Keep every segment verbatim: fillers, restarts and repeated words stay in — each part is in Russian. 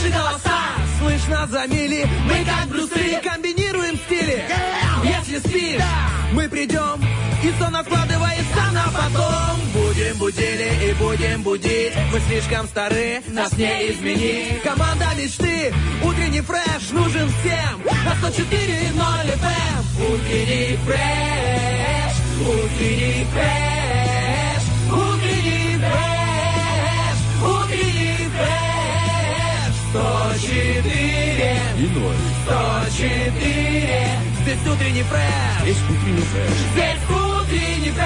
Наши голоса слышно за мили. Мы как Брюс Ли комбинируем стили. Если спишь, мы придем, и сон откладывается на потом. Будем будили и будем будить. Мы слишком стары, нас не изменить. Команда мечты, утренний фреш нужен всем. На сто четыре ноль эф эм. Утренний фреш, утренний фреш, утренний фреш, утренний фреш. Сто четыре и ноль. Сто четыре. Здесь утренний фреш. Здесь утренний фреш. Здесь утренний фреш.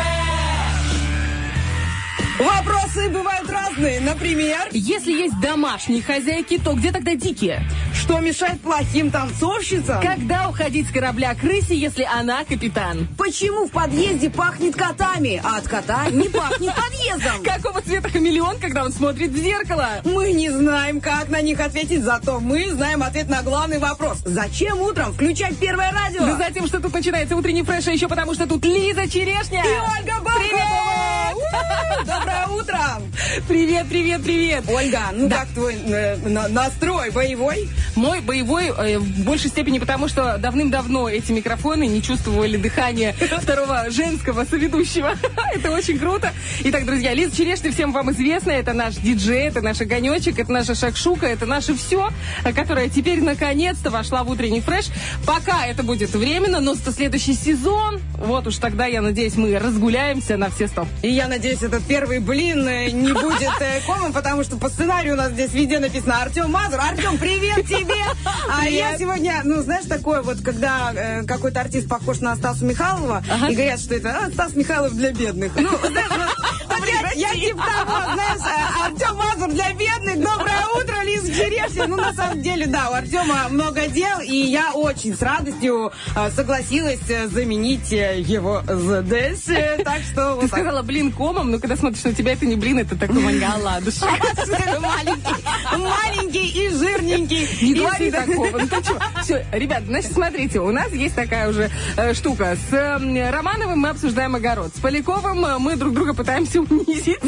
Вопросы бывают разные. Например, если есть домашние хозяйки, то где тогда дикие? что мешает плохим танцовщицам? Когда уходить с корабля крысе, если она капитан? Почему в подъезде пахнет котами, а от кота не пахнет подъездом? Какого цвета хамелеон, когда он смотрит в зеркало? Мы не знаем, как на них ответить, зато мы знаем ответ на главный вопрос. Зачем утром включать Первое радио? Да за тем, что тут начинается утренний фреш, а еще потому, что тут Лиза Черешня. И Ольга Бабкова. Доброе утро. Привет, привет, привет. Ольга, ну да. как твой э, на, настрой боевой? Мой боевой э, в большей степени потому, что давным-давно эти микрофоны не чувствовали дыхание второго женского соведущего. Это очень круто. Итак, друзья, Лиза Черешня всем вам известна. Это наш диджей, это наш огонечек, это наша шакшука, это наше все, которое теперь наконец-то вошла в утренний фреш. Пока это будет временно, но следующий сезон, вот уж тогда, я надеюсь, мы разгуляемся на все сто. И я надеюсь, этот первый блин не будет э, комом, потому что по сценарию у нас здесь везде написано Артем Мазур. Артем, привет тебе! А привет. Я сегодня, ну, знаешь, такое вот, когда э, какой-то артист похож на Стаса Михайлова, ага. и говорят, что это а, Стас Михайлов для бедных. Ну, знаешь, вот, я, я типа того, знаешь, Артем Мазур для бедных. Доброе утро, Лиза Черешня. Ну, на самом деле, да, у Артема много дел, и я очень с радостью э, согласилась э, заменить э, его здесь. Э, так что... Ты вот сказала блин комом, но когда смотришь на тебя, это не блин, это такой мангаладушек. Маленький, маленький и жирненький. Не говори такого. Ну, что? Все, ребят, значит, смотрите, у нас есть такая уже э, штука. С э, Романовым мы обсуждаем огород. С Поляковым э, мы друг друга пытаемся унизить.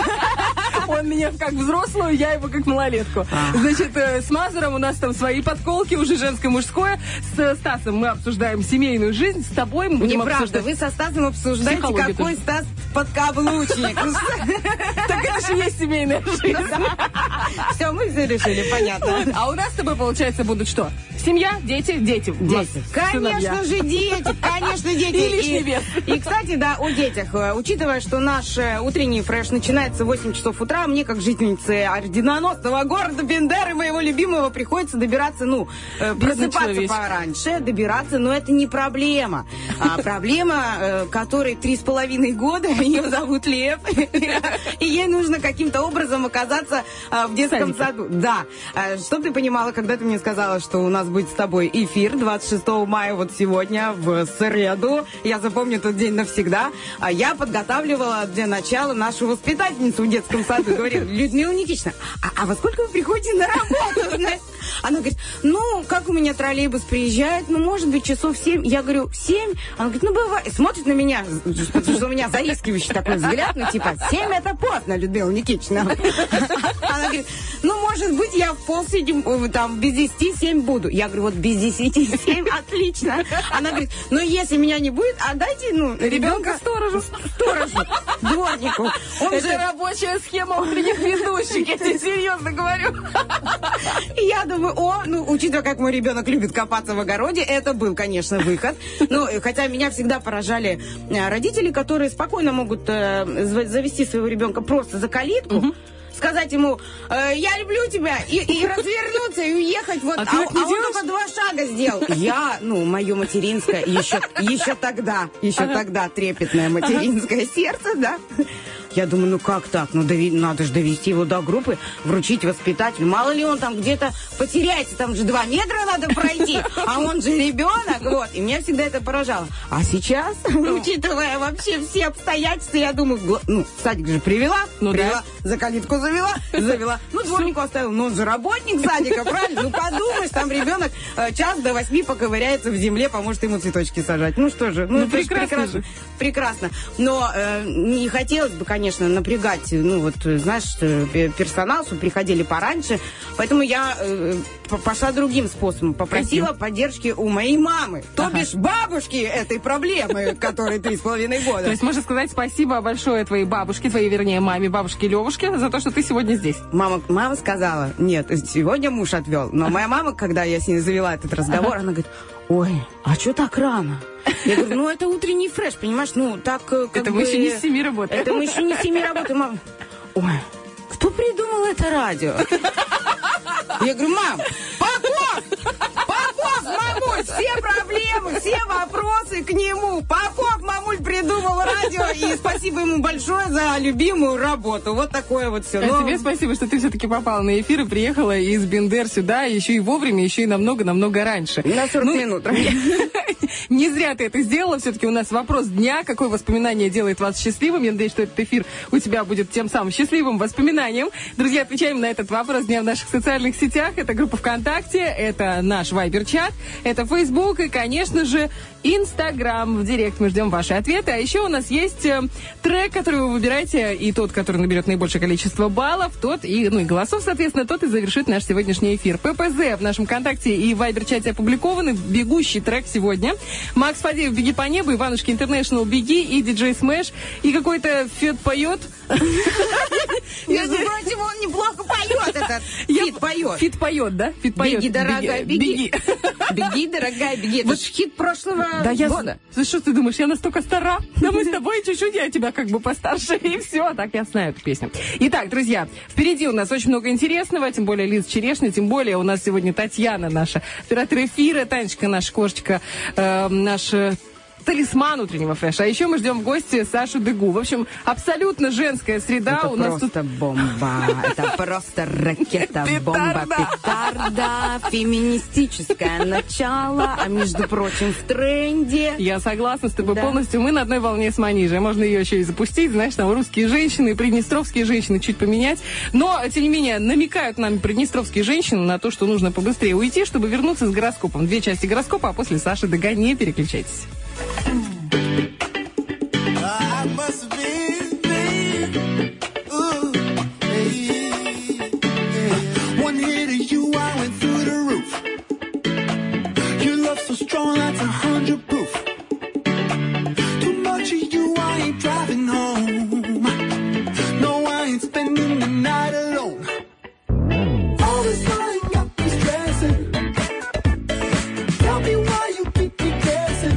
Он меня как взрослую, я его как малолетку. Значит, э, с Мазуром у нас там свои подколки, уже женское-мужское. С Стасом мы обсуждаем семейную жизнь. С тобой мы будем Неправда, обсуждать... вы со Стасом обсуждаете, какой тоже. Стас подкаблучник. Так это же есть семейная жизнь. Все, мы все решили, понятно. А у нас с тобой, получается, будут что? Семья, дети, дети. Дети. Конечно же, дети. Конечно, дети. И лишний вес. И, кстати, да, о детях. Учитывая, что наш утренний фреш начинается в восемь часов утра, мне, как жительнице орденоносного города Бендеры, моего любимого, приходится добираться, ну, просыпаться пораньше, добираться, но это не проблема. А проблема, которой три с половиной года, ее зовут Лев, и ей нужно каким-то образом оказаться в детском саду. Да. Чтоб ты понимала, когда ты мне сказала, что у нас будет с тобой эфир двадцать шестого мая, вот сегодня, в среду, я запомню тот день навсегда, а я подготавливала для начала нашу воспитательницу в детском саду. Говорила: Людмила Никитична, а, а во сколько вы приходите на работу? Она говорит: ну, как у меня троллейбус приезжает, ну, может быть, часов семь. Я говорю: семь? Она говорит: ну, бывает. Смотрит на меня, потому что у меня заискивающий такой взгляд, ну, типа, семь это поздно, Людмила Никитична. Она говорит: ну, может быть, я в полседьм, там, без десяти семь буду. Я говорю: вот без десяти семь, отлично. Она говорит: ну, если меня не будет, отдайте, ну, ребенка сторожу. Сторожу, дворнику. Он это же... рабочая схема утренних ведущих, я тебе серьезно говорю. И я думаю, о, ну, учитывая, как мой ребенок любит копаться в огороде, это был, конечно, выход. Ну, хотя меня всегда поражали родители, которые спокойно могут э, завести своего ребенка просто за калитку, угу. сказать ему: э, я люблю тебя, и, и развернуться, и уехать. Вот, а, а, а он только два шага сделал. Я, ну, мое материнское, еще, еще тогда, еще ага. тогда трепетное материнское ага. сердце, да. Я думаю, ну как так? Ну, дови- надо же довести его до группы, вручить воспитателю. Мало ли он там где-то потеряется, там же два метра надо пройти, а он же ребенок, вот. И меня всегда это поражало. А сейчас, учитывая вообще все обстоятельства, я думаю, ну, в садик же привела, ну, привела. Да. за калитку завела, завела. Ну, дворнику оставила. Ну, он же работник садика, правильно? Ну, подумаешь, там ребенок э, час до восьми поковыряется в земле, поможет ему цветочки сажать. Ну, что же, ну, ну это прекрасно. Прекрасно. прекрасно. Но э, не хотелось бы, конечно, напрягать, ну, вот, знаешь, персонал, чтобы приходили пораньше. Поэтому я э, пошла другим способом. Попросила Каким? поддержки у моей мамы. То ага. бишь бабушки этой проблемы, которой три с половиной года. То есть можно сказать спасибо большое твоей бабушке, твоей, вернее, маме, бабушке Левушке, за то, что ты сегодня здесь. Мама, мама сказала, нет, сегодня муж отвел. Но моя мама, когда я с ней завела этот разговор, ага. она говорит, ой, а что так рано? Я говорю, ну это утренний фреш, понимаешь, ну так как Это бы... мы еще не с семи работаем. Это мы еще не с семи работаем. Мама, ой, кто придумал это радио? Я говорю, мам, Попов! Попов, мамуль, все проблемы, все вопросы к нему. Попов, мамуль, придумал радио, и спасибо ему большое за любимую работу. Вот такое вот все. А Но... тебе спасибо, что ты все-таки попала на эфир и приехала из Бендер сюда, еще и вовремя, еще и намного-намного раньше. На сорок ну, минут. Не зря ты это сделала. Все-таки у нас вопрос дня. Какое воспоминание делает вас счастливым? Я надеюсь, что этот эфир у тебя будет тем самым счастливым воспоминанием. Друзья, отвечаем на этот вопрос дня в наших социальных сетях. Это группа ВКонтакте, это наш Вайбер-чат, это Фейсбук и, конечно же, Инстаграм. В директ мы ждем ваши ответы. А еще у нас есть э, трек, который вы выбираете, и тот, который наберет наибольшее количество баллов, тот и, ну, и голосов, соответственно, тот и завершит наш сегодняшний эфир. ППЗ в нашем ВКонтакте и Вайбер-чате опубликованы. Бегущий трек сегодня. Макс Фадеев, «Беги по небу», Иванушки Интернешнл, «Беги», и диджей Смэш, и какой-то Фет поет. Между прочим, он неплохо поет этот. Фит поет. Фит поет, да? Фит поет. Беги, дорогая, беги. Беги, дорогая, беги. Это же хит прошлого года. Да что ты думаешь, я настолько стара? Да мы с тобой чуть-чуть, я тебя как бы постарше, и все. Так я знаю эту песню. Итак, друзья, впереди у нас очень много интересного, тем более Лиза Черешня, тем более у нас сегодня Татьяна, наша оператор эфира, Танечка, наша кошечка, э, наша... талисман утреннего фреша. А еще мы ждем в гости Сашу Дегу. В общем, абсолютно женская среда. Это у нас просто тут... бомба. Это просто ракета, бомба, петарда, феминистическое начало, а между прочим, в тренде. Я согласна с тобой да. полностью. Мы на одной волне с Манижей. Можно ее еще и запустить. Знаешь, там русские женщины, приднестровские женщины чуть поменять. Но, тем не менее, намекают нам приднестровские женщины на то, что нужно побыстрее уйти, чтобы вернуться с гороскопом. Две части гороскопа, а после Саши Дега. Не переключайтесь. I must have been there. Ooh, hey, yeah. One hit of you, I went through the roof. Your love so strong, that's a hundred proof. Too much of you, I ain't driving home. No, I ain't spending the night alone. All this lying got me stressing. Tell me why you keep me guessing.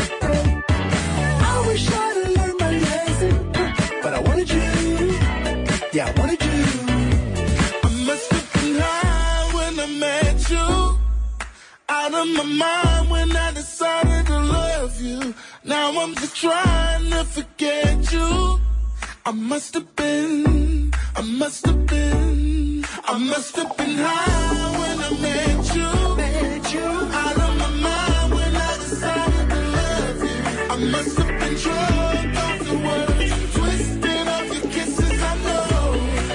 Yeah, I wanted you. I must have been high when I met you. Out of my mind when I decided to love you. Now I'm just trying to forget you. I must have been, I must have been, I must have been high when I met you. Met you. Out of my mind when I decided to love you. I must have been drunk off your words, twisted off your kisses. I know.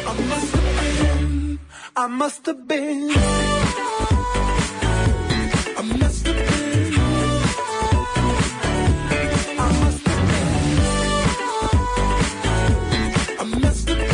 I must have been. I must have been. I must have been. I must have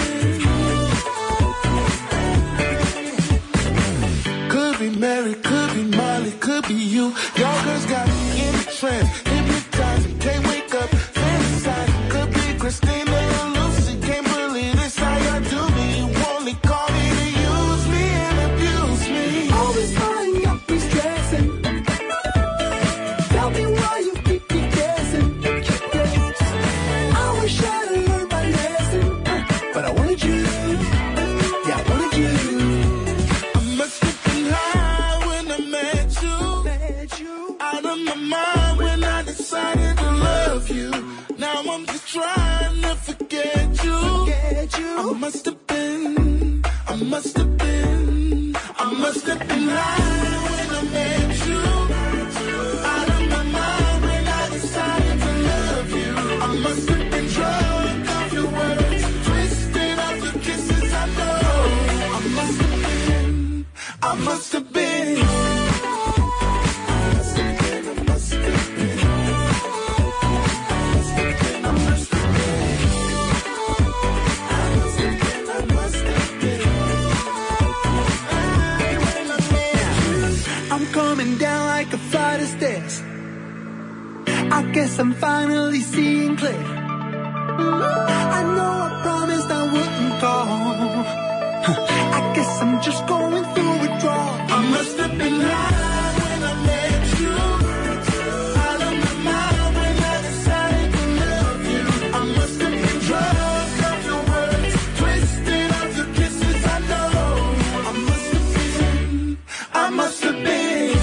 been. Could be Mary, could be Molly, could be you. Y'all girls got me in the trance, hypnotizing, can't wake up, fantasizing. Could be Christina or Lucy, can't believe this how y'all do me. You only call me to use me and abuse me. Always lying up me stressing. Tell me why you keep me guessing. I wish I'd learned my lesson, but I wanted you. Yeah, I wanted you. I must have been high when I met you. Met you. Out of my mind when I decided to love you. Now I'm just trying to forget you. Forget you. I must have been, I must have been, I must have been high when I met you. Out of my mind when I decided to love you. I must have been drunk off your words, twisted off your kisses. this. I guess I'm finally seeing clear. I know I promised I wouldn't go. I guess I'm just going through withdrawal. I must have been high when I met you. Out of my mind when I decided to love you. I must have been drunk off your words, twisted off your kisses. I know I must have been, I must have been.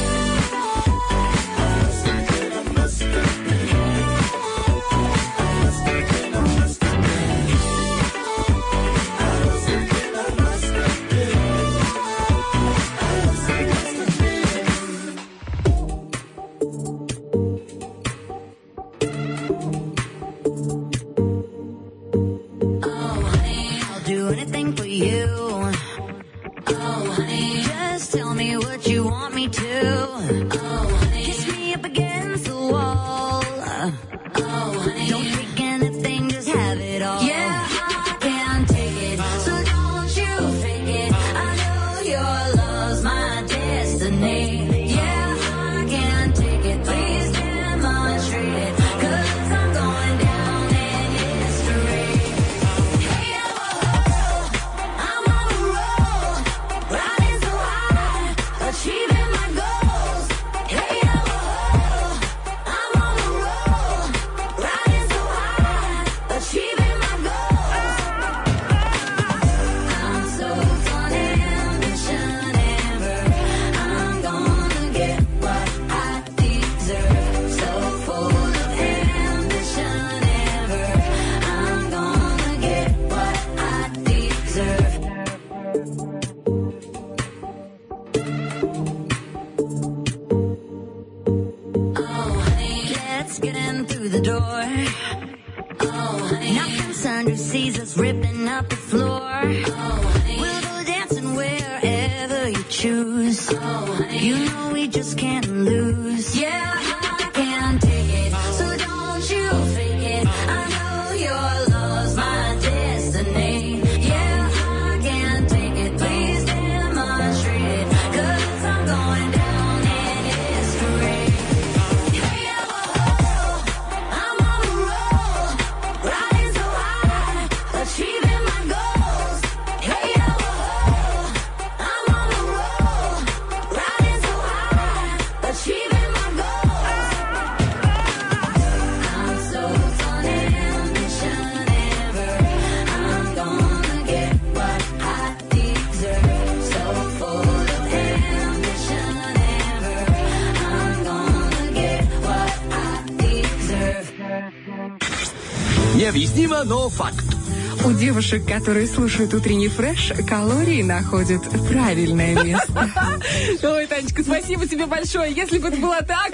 Необъяснимо, но факт. У девушек, которые слушают утренний фреш, калории находят правильное место. Ой, Танечка, спасибо тебе большое. Если бы это было так.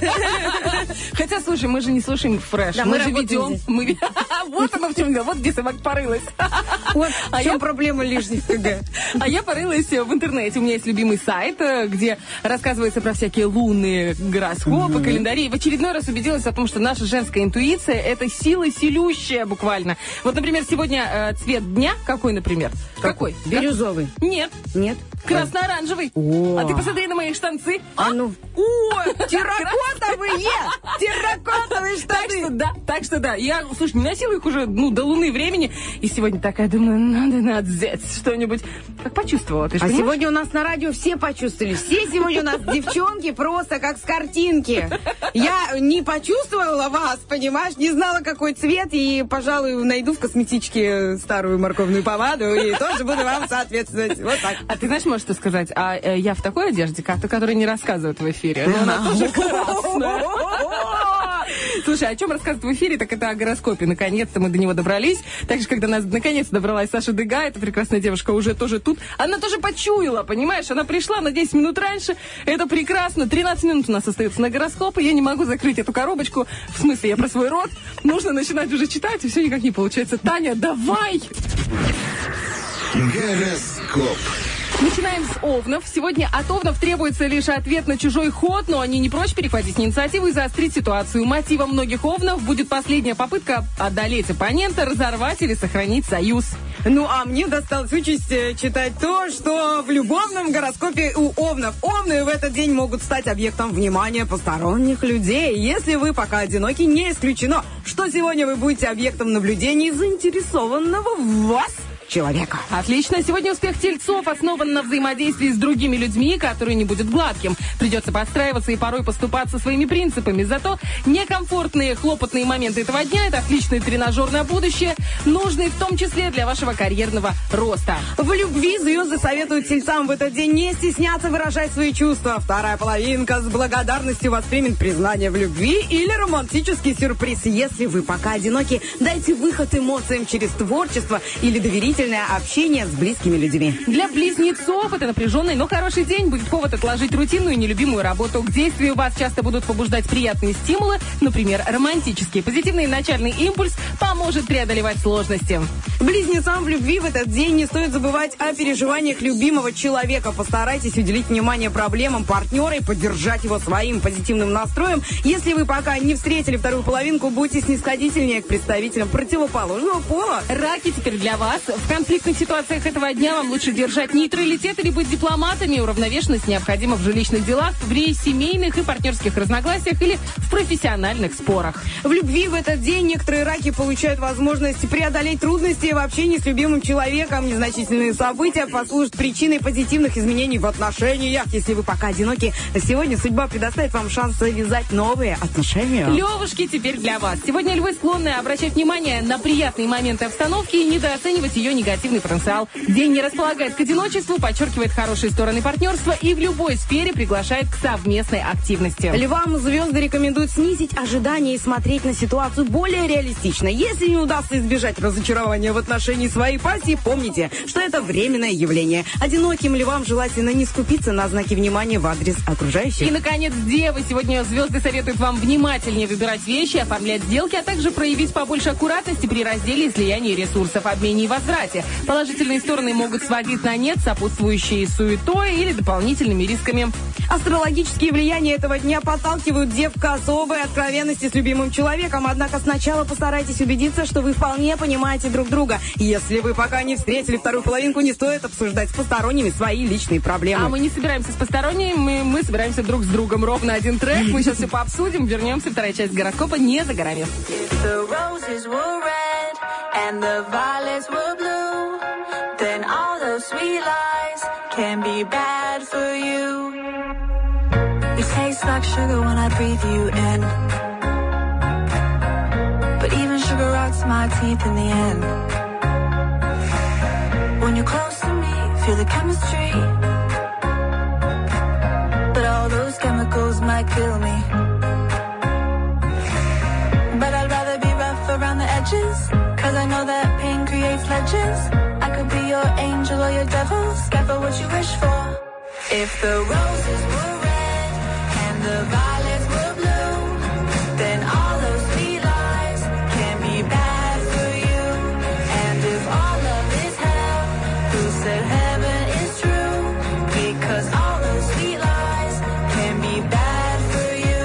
Хотя, слушай, мы же не слушаем фреш. Да, мы, мы же ведем. Мы... Вот оно в чем дело. Вот где собака порылась. Вот а в чем я... проблема лишних КГ. А я порылась в интернете. У меня есть любимый сайт, где рассказывается про всякие лунные гороскопы, mm-hmm. календари. И в очередной раз убедилась о том, что наша женская интуиция — это сила силющая буквально. Вот, например, сегодня э, цвет дня какой, например? Какой? Бирюзовый. Нет. Нет. Красно-оранжевый. О. А ты посмотри на мои штанцы. А ну. О, терракотовые! Терракотовые штаны! Так что да, так что да. Я, слушай, не носила их уже, ну, до луны времени. И сегодня такая, думаю, надо надеть что-нибудь. Как почувствовала, ты же А понимаешь? сегодня у нас на радио все почувствовали. Все сегодня у нас девчонки просто как с картинки. Я не почувствовала вас, понимаешь, не знала, какой цвет. И, пожалуй, найду в косметичке старую морковную помаду и тоже буду вам соответствовать. Вот так. А ты знаешь, можешь что сказать? А э, я в такой одежде, как-то, которая не рассказывают в эфире. Но она тоже красная. Слушай, о чем рассказывать в эфире, так это о гороскопе. Наконец-то мы до него добрались. Также, когда нас наконец добралась Саша Дега, эта прекрасная девушка уже тоже тут. Она тоже почуяла, понимаешь? Она пришла на десять минут раньше. Это прекрасно. тринадцать минут у нас остается на гороскоп, и я не могу закрыть эту коробочку. В смысле, я про свой род. Нужно начинать уже читать, и все никак не получается. Таня, давай! Гороскоп. Начинаем с овнов. Сегодня от овнов требуется лишь ответ на чужой ход, но они не прочь перехватить инициативу и заострить ситуацию. Мотивом многих овнов будет последняя попытка одолеть оппонента, разорвать или сохранить союз. Ну, а мне досталась участь э, читать то, что в любовном гороскопе у овнов. Овны в этот день могут стать объектом внимания посторонних людей. Если вы пока одиноки, не исключено, что сегодня вы будете объектом наблюдений заинтересованного в вас человека. Отлично. Сегодня успех тельцов основан на взаимодействии с другими людьми, который не будет гладким. Придется подстраиваться и порой поступаться своими принципами. Зато некомфортные, хлопотные моменты этого дня – это отличный тренажер на будущее, нужный в том числе для вашего карьерного роста. В любви звезды советуют тельцам в этот день не стесняться выражать свои чувства. Вторая половинка с благодарностью воспримет признание в любви или романтический сюрприз. Если вы пока одиноки, дайте выход эмоциям через творчество или доверительность общение с близкими людьми. Для близнецов это напряженный, но хороший день. Будет повод отложить рутинную и нелюбимую работу. К действию вас часто будут побуждать приятные стимулы, например, романтический. Позитивный начальный импульс поможет преодолевать сложности. Близнецам в любви в этот день не стоит забывать о переживаниях любимого человека. Постарайтесь уделить внимание проблемам партнера и поддержать его своим позитивным настроем. Если вы пока не встретили вторую половинку, будьте снисходительнее к представителям противоположного пола. Раки теперь для вас. В конфликтных ситуациях этого дня вам лучше держать нейтралитет или быть дипломатами. Уравновешенность необходима в жилищных делах, в семейных и партнерских разногласиях или в профессиональных спорах. В любви в этот день некоторые раки получают возможность преодолеть трудности в общении с любимым человеком. Незначительные события послужат причиной позитивных изменений в отношениях. Если вы пока одиноки, сегодня судьба предоставит вам шанс завязать новые отношения. Левушки теперь для вас. Сегодня львы склонны обращать внимание на приятные моменты обстановки и недооценивать ее негативный потенциал. День не располагает к одиночеству, подчеркивает хорошие стороны партнерства и в любой сфере приглашает к совместной активности. Львам звезды рекомендуют снизить ожидания и смотреть на ситуацию более реалистично. Если не удастся избежать разочарования в отношении своей пассии, помните, что это временное явление. Одиноким львам желательно не скупиться на знаки внимания в адрес окружающих. И, наконец, девы. Сегодня звезды советуют вам внимательнее выбирать вещи, оформлять сделки, а также проявить побольше аккуратности при разделе и слиянии ресурсов, обмене и возврате. Положительные стороны могут сводить на нет сопутствующие суетой или дополнительными рисками. Астрологические влияния этого дня подталкивают дев к особой откровенности с любимым человеком. Однако сначала постарайтесь убедиться, что вы вполне понимаете друг друга. Если вы пока не встретили вторую половинку, не стоит обсуждать с посторонними свои личные проблемы. А мы не собираемся с посторонними, мы, мы собираемся друг с другом. Ровно один трек. Мы сейчас все пообсудим. Вернемся. Вторая часть гороскопа не за горами. And the violets were blue, then all those sweet lies can be bad for you. You taste like sugar when I breathe you in, but even sugar rots my teeth in the end. When you're close to me, feel the chemistry, but all those chemicals might kill me. But I'd rather be rough around the edges, cause I know that pain creates legends. I could be your angel or your devil, careful what you wish for. If the roses were red and the violets were blue, then all those sweet lies can be bad for you. And if all love is hell, who said heaven is true? Because all those sweet lies can be bad for you.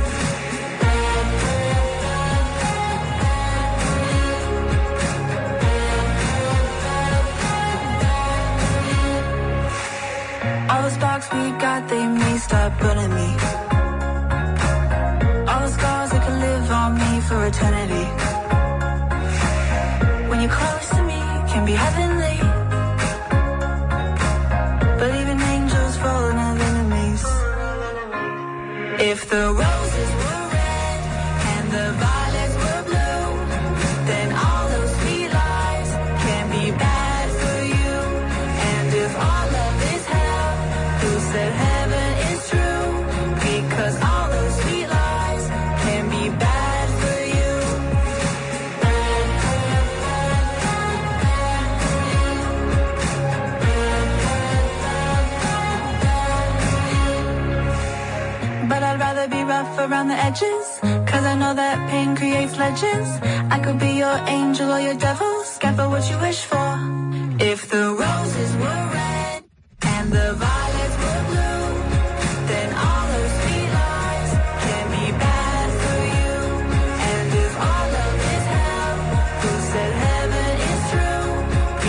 All the sparks we got, they may start burning me. All the scars that can live on me for eternity. When you're close to me, can be heavenly, but even angels fall in love with enemies. If the roses were red and the violets were blue, then all those sweet lies can be bad for you. And if all love is hell, who said heaven is true? Because all those sweet lies can be bad for you. But I'd rather be rough around the edges, cause I know that pain creates legends. I could be your angel or your devil, careful what you wish for. If the roses were red and the violets were blue, then all those sweet lies can be bad for you. And if all love is hell, who said heaven is true?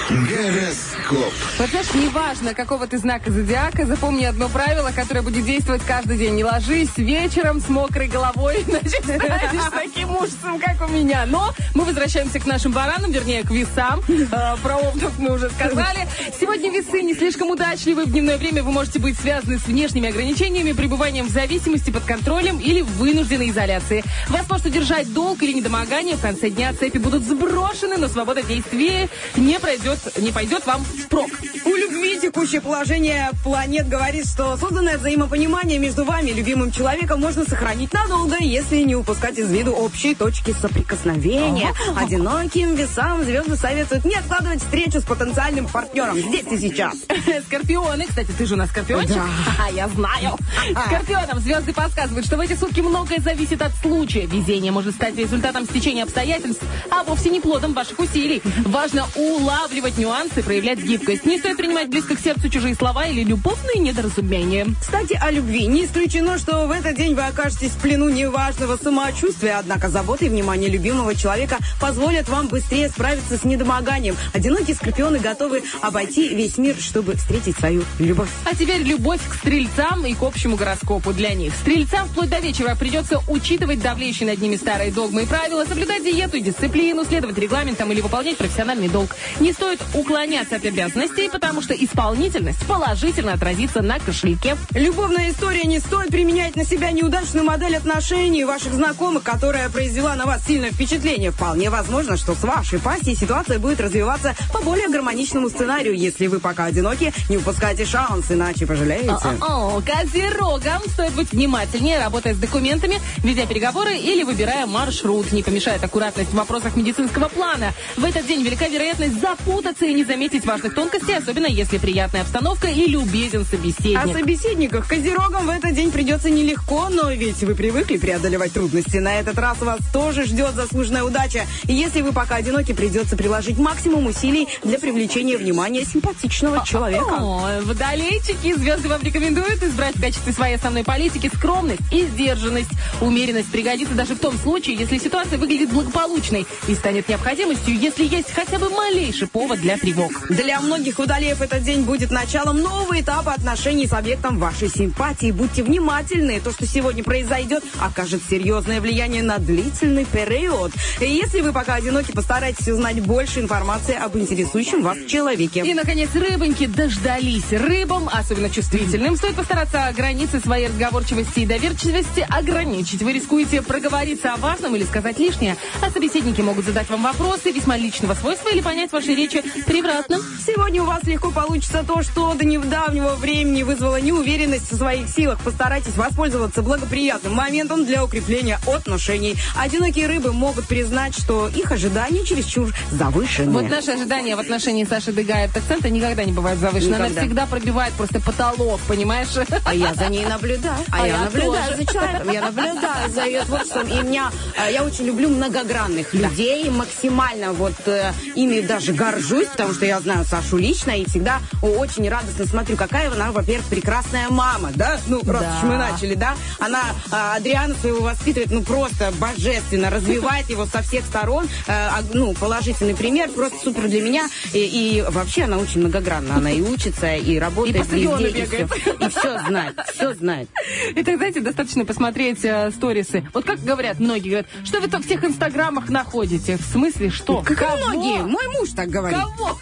Гороскоп. Вот знаешь, неважно, какого ты знака зодиака, запомни одно правило, которое будет действовать каждый день. Не ложись вечером с мокрой головой, иначе станешь таким ужасом, как у меня. Но мы возвращаемся к нашим баранам, вернее, к весам. Э, про овнов мы уже сказали. Сегодня весы не слишком удачливы. В дневное время вы можете быть связаны с внешними ограничениями, пребыванием в зависимости, под контролем или в вынужденной изоляции. Вас может удержать долг или недомогание. В конце дня цепи будут сброшены, но свобода действий не пройдет, не пойдет вам впрок. У любви текущее положение планет говорит, что созданное взаимопонимание между вами и любимым человеком можно сохранить надолго, если не упускать из виду общие точки соприкосновения. Ага. Одиноким весам звезды советуют не откладывать встречу с потенциальным партнером здесь и сейчас. Скорпионы, кстати, ты же у нас скорпиончик. Да. Я знаю. Скорпионам звезды подсказывают, что в эти сутки многое зависит от случая. Везение может стать результатом стечения обстоятельств, а вовсе не плодом ваших усилий. Важно улавливать нюансы, проявлять гибкость. Не стоит принимать близко к сердцу чужие слова или любовные недоразумения. Кстати, о любви. Не исключено, что в этот день вы окажетесь в плену неважного самочувствия, однако забота и внимание любимого человека позволят вам быстрее справиться с недомоганием. Одинокие скорпионы готовы обойти весь мир, чтобы встретить свою любовь. А теперь любовь к стрельцам и к общему гороскопу для них. Стрельцам вплоть до вечера придется учитывать давлеющие над ними старые догмы и правила, соблюдать диету и дисциплину, следовать регламентам или выполнять профессиональный долг. Не стоит уклоняться от обязанностей, потому что исполнительность положительно отразится на кошельке. Любовная история не стоит применять на себя неудачную модель отношений ваших знакомых, которая произвела на вас сильное впечатление. Вполне возможно, что с вашей пассией ситуация будет развиваться по более гармоничному сценарию. Если вы пока одиноки, не упускайте шанс, иначе пожалеете. О-о-о, козерогам стоит быть внимательнее, работая с документами, ведя переговоры или выбирая маршрут. Не помешает аккуратность в вопросах медицинского плана. В этот день велика вероятность запутаться и не заметить важных тонкостей, особенно если приятная обстановка и любезен собеседник. О собеседниках козерогам в этот день придется нелегко, но ведь вы привыкли преодолевать трудности. На этот раз вас тоже ждет заслуженная удача. И если вы пока одиноки, придется приложить максимум усилий для привлечения внимания симпатичного человека. О, водолейчики, звезды вам рекомендуют избрать в качестве своей основной политики скромность и сдержанность. Умеренность пригодится даже в том случае, если ситуация выглядит благополучной и станет необходимостью, если есть хотя бы малейший повод для тревог. Для многих водолеев этот день будет началом нового этапа отношений с объектом вашей симпатии. Будьте внимательны. То, что сегодня произойдет, окажет серьезное влияние на длительный период. И если вы пока одиноки, постарайтесь узнать больше информации об интересующем вас человеке. И, наконец, рыбоньки дождались. Рыбам, особенно чувствительным, стоит постараться границы своей разговорчивости и доверчивости ограничить. Вы рискуете проговориться о важном или сказать лишнее, а собеседники могут задать вам вопросы весьма личного свойства или понять ваши речи превратно. Сегодня у вас легко получится то, что до недавнего времени вызвало неуверенность в своих силах. Постарайтесь воспользоваться благоприятным моментом для укрепления отношений. Одинокие рыбы могут признать, что их ожидания чересчур завышены. Вот наши ожидания в отношении Саши Дега и акцента никогда не бывают завышены. Никогда. Она всегда пробивает просто потолок, понимаешь? А я за ней наблюдаю. А, а я, я наблюдаю тоже. За человеком. Я наблюдаю за ее творчеством. И меня, я очень люблю многогранных людей. Да. Максимально вот э, ими даже горжусь, потому что я знаю Сашу лично и всегда очень радостно смотрю, какая она, во-первых, прекрасная мама, да? Ну, раз да. уж мы начали, да? Она э, Адриана своего воспитывает, ну, просто божественно, развивает его со всех сторон. Э, ну, положительный пример, просто супер для меня. И, и вообще она очень многогранна. Она и учится, и работает, и по стадиону везде, бегает. И все, и все знает, все знает. И так, знаете, достаточно посмотреть э, сторисы. Вот как говорят, многие говорят, что вы в всех инстаграмах находите? В смысле, что? Как Кого? многие? Мой муж так говорит. Кого?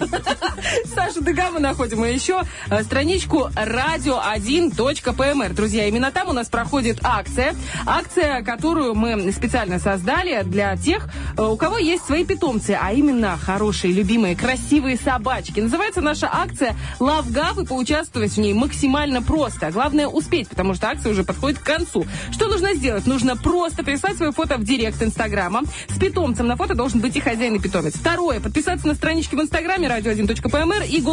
Сашу Дега мы находим. И еще э, страничку радио один точка пэ эм эр. Друзья, именно там у нас проходит акция. Акция, которую мы специально создали для тех, э, у кого есть свои питомцы, а именно хорошие, любимые, красивые собачки. Называется наша акция Love Gav, и поучаствовать в ней максимально просто. Главное успеть, потому что акция уже подходит к концу. Что нужно сделать? Нужно просто прислать свое фото в директ Инстаграма. С питомцем на фото должен быть и хозяин, и питомец. Второе. Подписаться на странички в Инстаграме радио один точка пэ эм эр и голос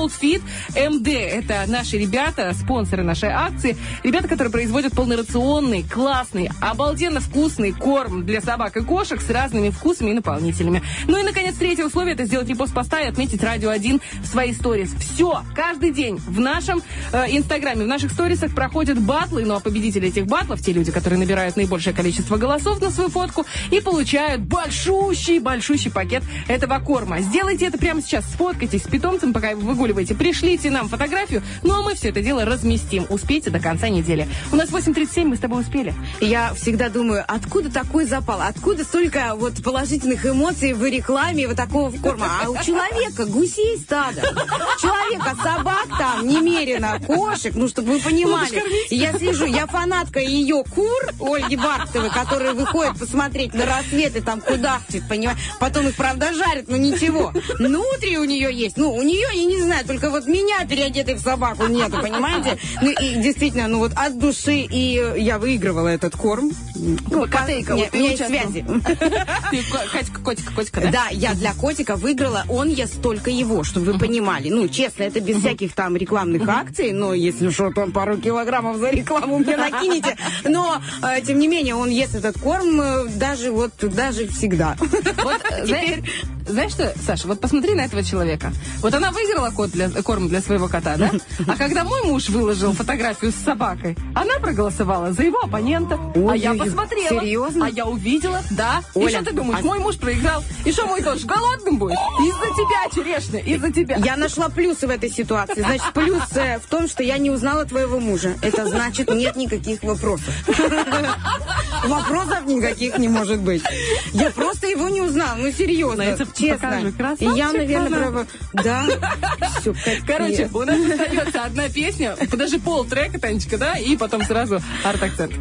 Gold Fit эм дэ. Это наши ребята, спонсоры нашей акции. Ребята, которые производят полнорационный, классный, обалденно вкусный корм для собак и кошек с разными вкусами и наполнителями. Ну и, наконец, третье условие — это сделать репост поста и отметить Радио один в своей сторис. Все, каждый день в нашем э, инстаграме, в наших сторисах проходят батлы. Ну а победители этих батлов — те люди, которые набирают наибольшее количество голосов на свою фотку и получают большущий-большущий пакет этого корма. Сделайте это прямо сейчас. Сфоткайтесь с питомцем, пока вы выгуливаете. Пришлите нам фотографию, ну а мы все это дело разместим. Успейте до конца недели. У нас восемь тридцать семь, мы с тобой успели. Я всегда думаю, откуда такой запал? Откуда столько вот положительных эмоций в рекламе вот такого корма? А у человека гусей стадо. У человека собак там немерено, кошек, ну, чтобы вы понимали. Я слежу, я фанатка ее кур, Ольги Бархтовой, которые выходят посмотреть на рассветы, там куда-то, понимаешь? Потом их, правда, жарят, но ничего. Внутри у нее есть. Ну, у нее, я не знаю, только вот меня, переодетой в собаку, нету, понимаете? Ну, и действительно, ну, вот от души, и я выигрывала этот корм. Ну, котейка, у меня есть связи. Ты котика, котика, котика, да? Да, я для котика выиграла, он ест только его, чтобы вы понимали. Ну, честно, это без всяких там рекламных акций, но если что, то пару килограммов за рекламу мне накинете. Но, э, тем не менее, он ест этот корм э, даже вот, даже всегда. Вот, теперь... Знаешь что, Саша, вот посмотри на этого человека. Вот она выиграла кот для, корм для своего кота, да? А когда мой муж выложил фотографию с собакой, она проголосовала за его оппонента. Ой, а я ой, посмотрела. Серьезно? А я увидела, да. Оля, и что ты думаешь, а... мой муж проиграл? И что, мой тоже голодным будет? Из-за тебя, черешня, из-за тебя. Я нашла плюсы в этой ситуации. Значит, плюс э, в том, что я не узнала твоего мужа. Это значит, нет никаких вопросов. Вопросов никаких не может быть. Я просто его не узнала. Ну, серьезно, честно. И я, наверное, права... Да. Все, короче, у нас остается одна песня, даже пол трека, Танечка, да, и потом сразу арт-акцент.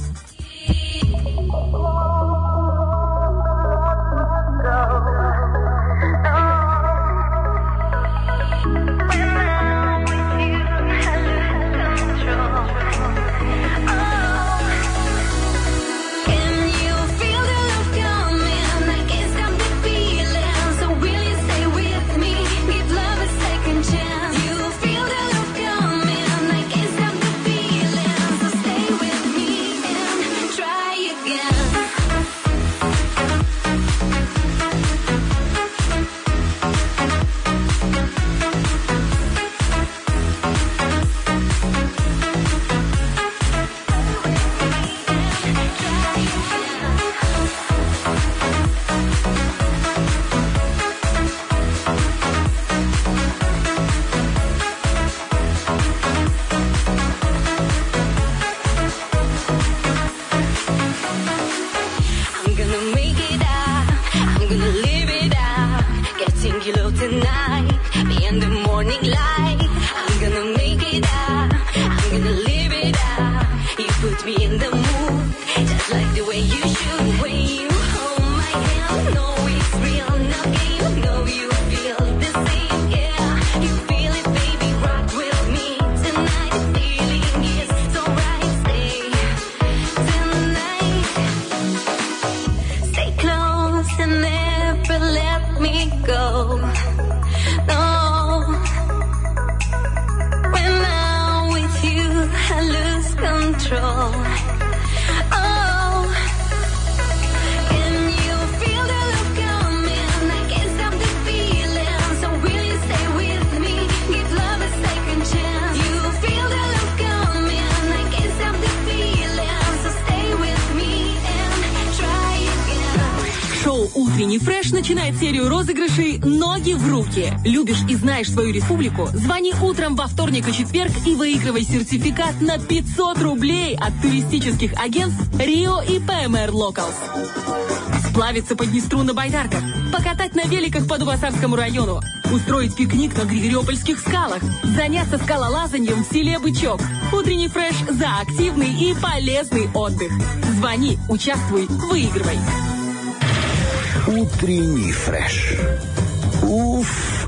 Утренний фреш начинает серию розыгрышей «Ноги в руки». Любишь и знаешь свою республику? Звони утром во вторник и четверг и выигрывай сертификат на пятьсот рублей от туристических агентств «Рио» и пэ эм эр Locals. Сплавиться по Днестру на байдарках, покатать на великах по Дубасарскому району, устроить пикник на Григориопольских скалах, заняться скалолазанием в селе Бычок. Утренний фреш за активный и полезный отдых. Звони, участвуй, выигрывай. Утренний фреш. Уф,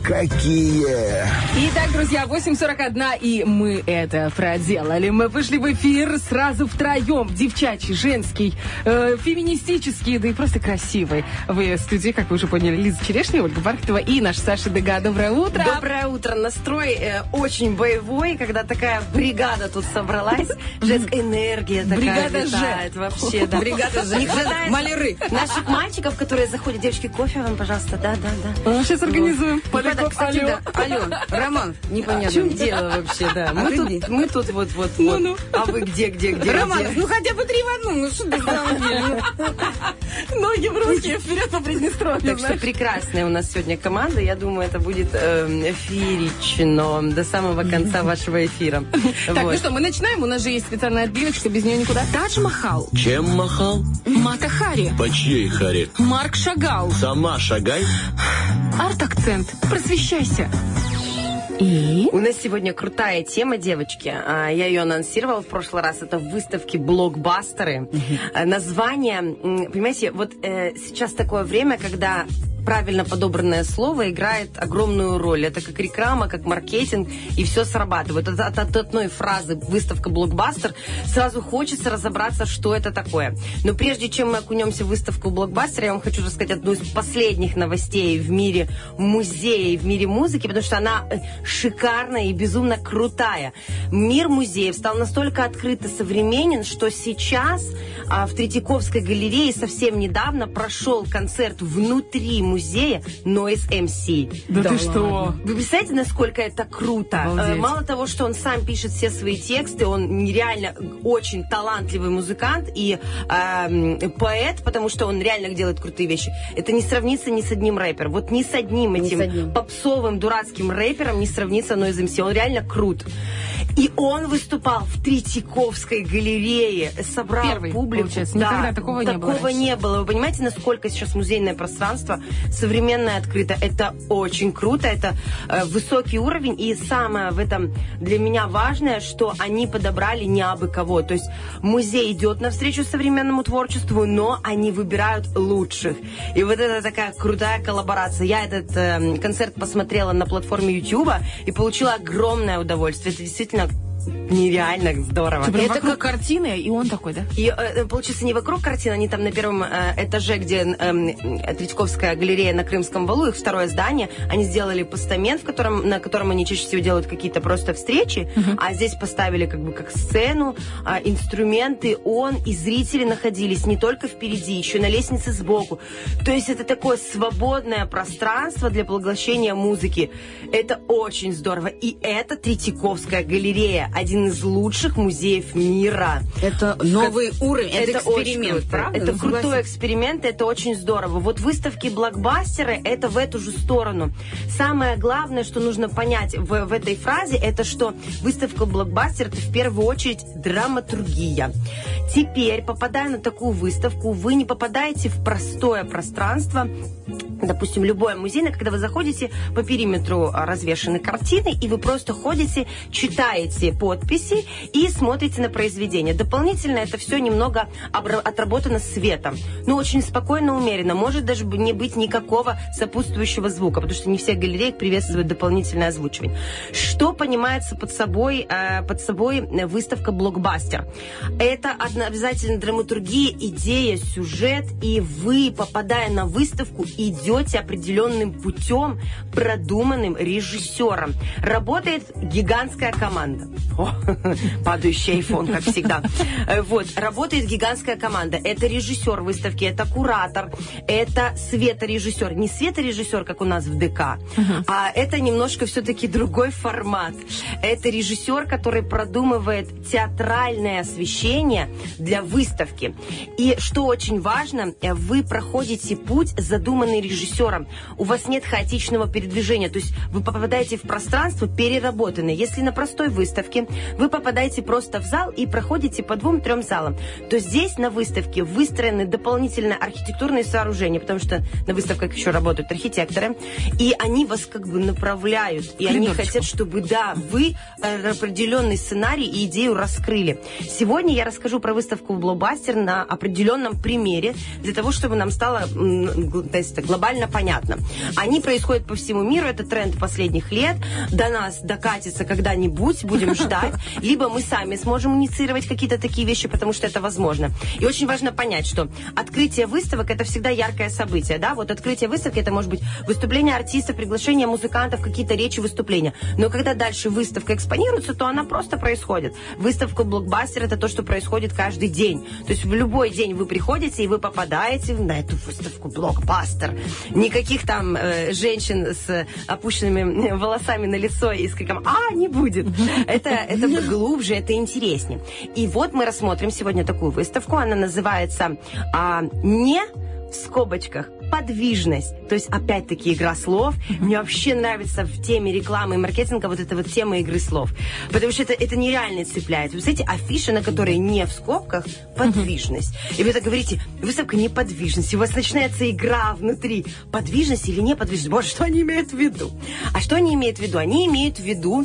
какие! Итак, друзья, восемь сорок один, и мы это проделали. Мы вышли в эфир сразу втроем. Девчачий, женский, э, феминистический, да и просто красивый. В студии, как вы уже поняли, Лиза Черешня, Ольга Бархатова и наш Саша Дега. Доброе утро! Доброе утро! Настрой э, очень боевой, когда такая бригада тут собралась. Женская энергия такая бригада летает Ж. вообще. Да. Бригада Ж. Не ожидает Маляры. наших мальчиков, которые заходят. Девочки, кофе вам, пожалуйста. Да, да, да. Сейчас организуем. Вот. Поляков, Кстати, алло. да. Алло, Роман, в непонятно. чем дело вообще, да? А Мы, ты тут, где? мы тут вот, вот, Ну, вот. ну. А вы где, где, где? Роман, где? ну хотя бы три в одну, ну что ты в самом деле? Ноги в руки, вперед по Приднестровью. Так что прекрасная у нас сегодня команда. Я думаю, это будет э, феерично до самого конца вашего эфира. Так, Вот. ну что, мы начинаем. У нас же есть специальная отбивочка, без нее никуда. Тадж Махал, Чем махал? Мата Хари, По чьей харе? Марк Шагал, Сама шагай. арт-акцент. Просвещайся. И... У нас сегодня крутая тема, девочки. А, Я ее анонсировала в прошлый раз. Это выставки блокбастеры. А, Название, м, понимаете, вот э, сейчас такое время, когда правильно подобранное слово играет огромную роль. Это как реклама, как маркетинг, и все срабатывает. От, от, от одной фразы «выставка блокбастер» сразу хочется разобраться, что это такое. Но прежде чем мы окунемся в выставку блокбастер, я вам хочу рассказать одну из последних новостей в мире музея и в мире музыки, потому что она шикарная и безумно крутая. Мир музеев стал настолько открыт и современен, что сейчас а, в Третьяковской галерее совсем недавно прошел концерт внутри музея Noise эм си. Да, ты что? Вы представляете, насколько это круто? Обалдеть. Э, Мало того, что он сам пишет все свои тексты, он нереально очень талантливый музыкант и э, поэт, потому что он реально делает крутые вещи. Это не сравнится ни с одним рэпером. Вот ни с одним Ни этим с одним. попсовым, дурацким рэпером не сравнится Noise эм си. Он реально крут. И он выступал в Третьяковской галерее, собрал Первый, публику. получается. Никогда такого не было Такого раньше. не было. Вы понимаете, насколько сейчас музейное пространство современное, открыто? Это очень круто, это э, высокий уровень. И самое в этом для меня важное, что они подобрали не абы кого. То есть музей идет навстречу современному творчеству, но они выбирают лучших. И вот это такая крутая коллаборация. Я этот э, концерт посмотрела на платформе Ютуба и получила огромное удовольствие. Это действительно нереально здорово. Что, прям Это вокруг картины, и он такой, да? и, э, получается, не вокруг картины, они там на первом э, этаже, где э, Третьяковская галерея на Крымском валу, их второе здание, они сделали постамент, в котором, на котором они чаще всего делают какие-то просто встречи, uh-huh. а здесь поставили как бы как сцену, э, инструменты, он и зрители находились не только впереди, еще на лестнице сбоку. То есть это такое свободное пространство для поглощения музыки. Это очень здорово. И это Третьяковская галерея, один из лучших музеев мира. Это новый уровень, это, Это эксперимент, очень круто. правда? Это Ну, крутой согласись. эксперимент, это очень здорово. Вот выставки блокбастеры, это в эту же сторону. Самое главное, что нужно понять в, в этой фразе, это что выставка блокбастер, это в первую очередь драматургия. Теперь, попадая на такую выставку, вы не попадаете в простое пространство. Допустим, любое музейное, когда вы заходите, по периметру развешаны картины, и вы просто ходите, читаете подписи и смотрите на произведение. Дополнительно это все немного обра- отработано светом. Но очень спокойно, умеренно. Может даже не быть никакого сопутствующего звука, потому что не все галереи приветствуют дополнительное озвучивание. Что понимается под собой, э, под собой выставка блокбастер? Это одно- обязательно драматургия, идея, сюжет, и вы, попадая на выставку, идете определенным путем, продуманным режиссером. Работает гигантская команда. О, падающий айфон, как всегда. Э, Вот, работает гигантская команда. Это режиссер выставки, это куратор, это светорежиссер. Не светорежиссер, как у нас в ДК, а это немножко все-таки другой формат. Это режиссер, который продумывает театральное освещение для выставки. И что очень важно, э, вы проходите путь, задуманный режиссером. У вас нет хаотичного передвижения, то есть вы попадаете в пространство переработанное. Если на простой выставке выставки, вы попадаете просто в зал и проходите по двум-трем залам. То здесь на выставке выстроены дополнительные архитектурные сооружения, потому что на выставках еще работают архитекторы, и они вас как бы направляют, и они хотят, чтобы, да, вы определенный сценарий и идею раскрыли. Сегодня я расскажу про выставку Blockbuster на определенном примере, для того, чтобы нам стало, то есть, глобально понятно. Они происходят по всему миру, это тренд последних лет, до нас докатится когда-нибудь, будем ждать, либо мы сами сможем инициировать какие-то такие вещи, потому что это возможно. И очень важно понять, что открытие выставок — это всегда яркое событие, да, вот открытие выставки — это может быть выступление артистов, приглашение музыкантов, какие-то речи, выступления. Но когда дальше выставка экспонируется, то она просто происходит. Выставка Blockbuster — это то, что происходит каждый день. То есть в любой день вы приходите, и вы попадаете на эту выставку Blockbuster. Никаких там э, женщин с опущенными волосами на лицо и с криком «А, не будет!» Это, это глубже, это интереснее. И вот мы рассмотрим сегодня такую выставку. Она называется а, «Не...» в скобочках подвижность. То есть, опять-таки, игра слов. Мне вообще нравится в теме рекламы и маркетинга вот эта вот тема игры слов. Потому что это, это нереально цепляет. Вы знаете, афиши, на которые не в скобках, подвижность. И вы так говорите, выставка неподвижности. У вас начинается игра внутри. Подвижность или неподвижность? Боже, что они имеют в виду? А что они имеют в виду? Они имеют в виду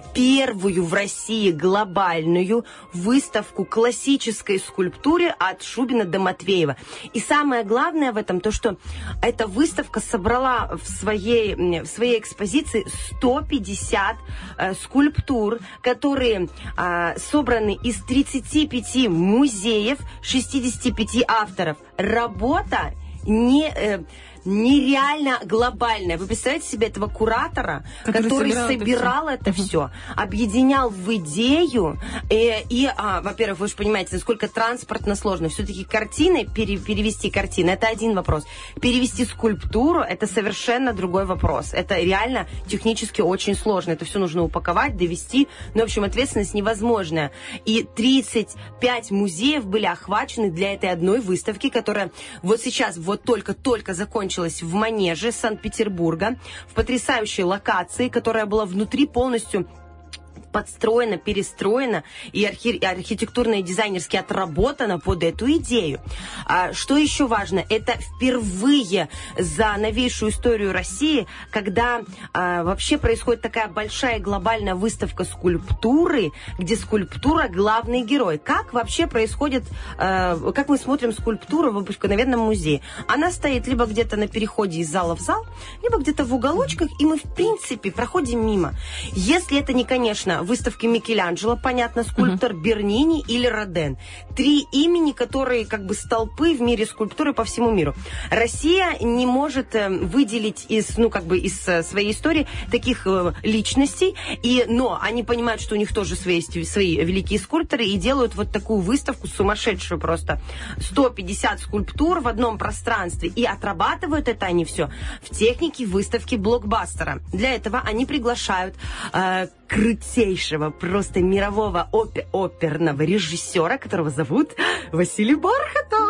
первую в России глобальную выставку классической скульптуры от Шубина до Матвеева. И самое главное в этом то, что эта выставка собрала в своей, в своей экспозиции сто пятьдесят э, скульптур, которые э, собраны из тридцати пяти музеев, шестидесяти пяти авторов. Работа не... Э, нереально глобальная. Вы представляете себе этого куратора, который, который собирал, собирал это, все. это все, объединял в идею, и, и а, во-первых, вы же понимаете, насколько транспортно сложно. Все-таки картины, пере, перевести картины, это один вопрос. Перевести скульптуру, это совершенно другой вопрос. Это реально технически очень сложно. Это все нужно упаковать, довести. Ну, в общем, ответственность невозможная. И тридцать пять музеев были охвачены для этой одной выставки, которая вот сейчас, вот только-только закончилась в Манеже Санкт-Петербурга, в потрясающей локации, которая была внутри полностью подстроена, перестроена и, архи- и архитектурно и дизайнерски отработана под эту идею. А, что еще важно? Это впервые за новейшую историю России, когда а, вообще происходит такая большая глобальная выставка скульптуры, где скульптура главный герой. Как вообще происходит, а, как мы смотрим скульптуру в обыкновенном музее? Она стоит либо где-то на переходе из зала в зал, либо где-то в уголочках, и мы, в принципе, проходим мимо. Если это не, конечно, выставки Микеланджело, понятно, скульптор, uh-huh. Бернини или Роден. Три имени, которые как бы столпы в мире скульптуры по всему миру. Россия не может э, выделить из, ну, как бы из э, своей истории таких э, личностей, и, но они понимают, что у них тоже свои, свои великие скульпторы, и делают вот такую выставку сумасшедшую просто. сто пятьдесят скульптур в одном пространстве, и отрабатывают это они все в технике выставки Блокбастера. Для этого они приглашают э, крутейшего, просто мирового опер- оперного режиссера, которого зовут Василий Бархатов.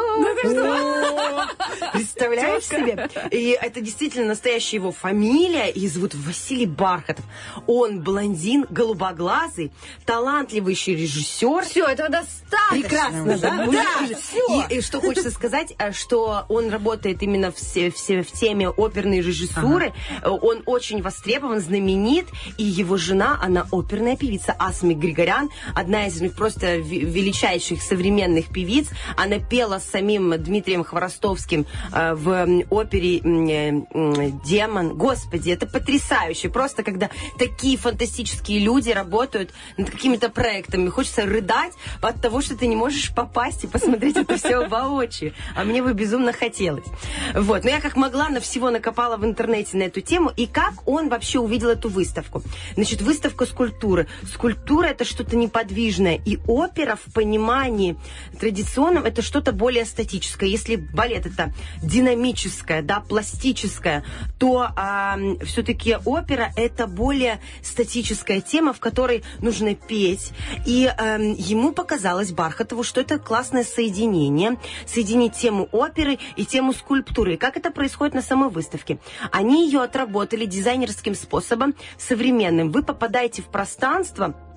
Представляешь себе? И это действительно настоящая его фамилия, и зовут Василий Бархатов. Он блондин, голубоглазый, талантливый еще режиссер. Все, этого достаточно. Прекрасно, да? Да, все. И, и что хочется сказать, что он работает именно в, в, в теме оперной режиссуры. Ага. Он очень востребован, знаменит, и его жена, она оперная певица Асми Григорян, одна из просто величайших современных певиц. Она пела с самим Дмитрием Хворостовским э, в опере э, «Демон». Господи, это потрясающе. Просто когда такие фантастические люди работают над какими-то проектами, хочется рыдать от того, что ты не можешь попасть и посмотреть это все воочию. А мне бы безумно хотелось. Вот. Но я как могла на всего накопала в интернете на эту тему. И как он вообще увидел эту выставку? Значит, выставка скульптуры. Скульптура — это что-то неподвижное. И опера в понимании традиционном — это что-то более статическое. Если балет — это динамическое, да, пластическое, то а, все-таки опера — это более статическая тема, в которой нужно петь. И а, ему показалось, Бархатову, что это классное соединение. Соединить тему оперы и тему скульптуры. И как это происходит на самой выставке? Они ее отработали дизайнерским способом, современным. Вы попадаете в пространство,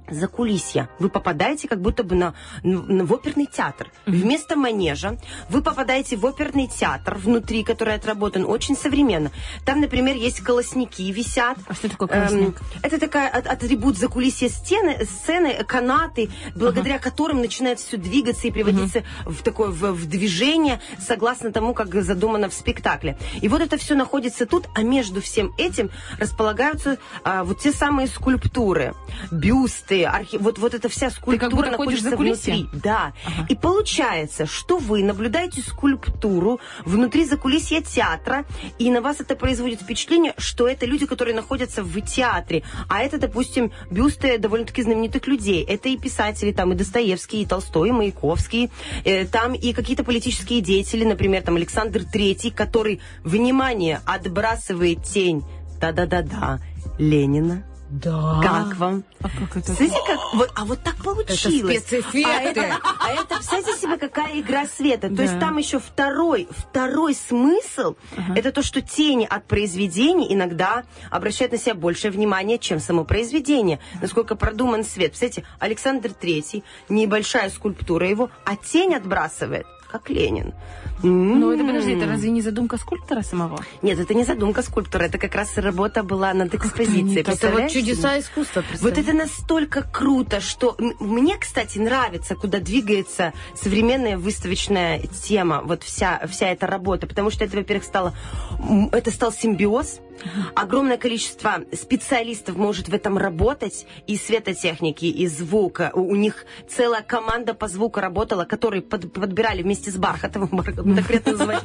закулисья. Вы попадаете как будто бы на, на, в оперный театр. Mm-hmm. Вместо манежа вы попадаете в оперный театр внутри, который отработан очень современно. Там, например, есть колосники висят. А что такое колосник? Эм, это такая от, атрибут закулисья сцены, сцены, канаты, благодаря uh-huh. которым начинает все двигаться и приводиться uh-huh. в такое в, в движение, согласно тому, как задумано в спектакле. И вот это все находится тут, а между всем этим располагаются а, вот те самые скульптуры, бюсты, архи... вот, вот эта вся скульптура находится внутри. Да. Ага. И получается, что вы наблюдаете скульптуру внутри закулисья театра, и на вас это производит впечатление, что это люди, которые находятся в театре. А это, допустим, бюсты довольно-таки знаменитых людей. Это и писатели, там и Достоевский, и Толстой, и Маяковский. Э, там и какие-то политические деятели, например, там Александр Третий, который, внимание, отбрасывает тень, да-да-да-да, Ленина. Да. Как вам? А как это? Смотрите, как... Вот, а вот так получилось. Это спецэффекты. А это, а это, представьте себе, какая игра света. Да. То есть там еще второй, второй смысл, ага. это то, что тени от произведений иногда обращают на себя большее внимание, чем само произведение. Насколько продуман свет. Представляете, Александр Третий, небольшая скульптура его, а тень отбрасывает, как Ленин. Ну, это, подожди, это разве не задумка скульптора самого? Нет, это не задумка скульптора, это как раз работа была над экспозицией. Это вот чудеса искусства, Вот это настолько круто, что мне, кстати, нравится, куда двигается современная выставочная тема, вот вся, вся эта работа, потому что это, во-первых, стало, это стал симбиоз. Огромное количество специалистов может в этом работать, и светотехники, и звука. У, у них целая команда по звуку работала, которые под, подбирали вместе с Бархатовым. Бархатовым так приятно называть.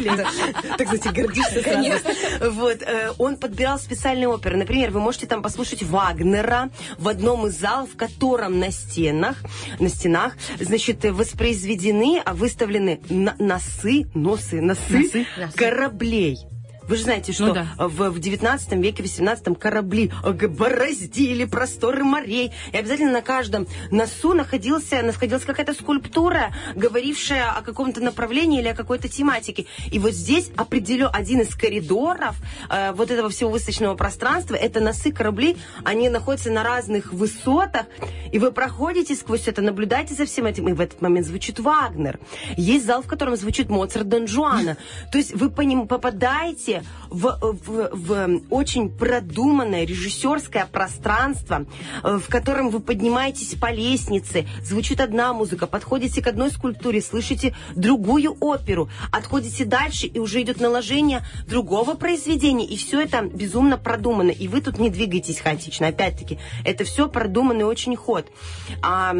Так, кстати, гордишься сразу. Вот, он подбирал специальные оперы. Например, вы можете там послушать Вагнера в одном из залов, в котором на стенах, на стенах, значит, воспроизведены, выставлены носы, носы, носы кораблей. Вы же знаете, что ну, да. в, в девятнадцатом веке, в восемнадцатом корабли бороздили просторы морей. И обязательно на каждом носу находился, находилась какая-то скульптура, говорившая о каком-то направлении или о какой-то тематике. И вот здесь определен один из коридоров э, вот этого всего выставочного пространства. Это носы кораблей. Они находятся на разных высотах. И вы проходите сквозь это, наблюдаете за всем этим. И в этот момент звучит Вагнер. Есть зал, в котором звучит Моцарт, Дон Жуана. То есть вы по ним попадаете В, в, в очень продуманное режиссерское пространство, в котором вы поднимаетесь по лестнице, звучит одна музыка, подходите к одной скульптуре, слышите другую оперу, отходите дальше, и уже идет наложение другого произведения, и все это безумно продумано, и вы тут не двигаетесь хаотично, опять-таки, это все продуманный очень ход. А,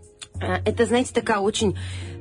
это, знаете, такая очень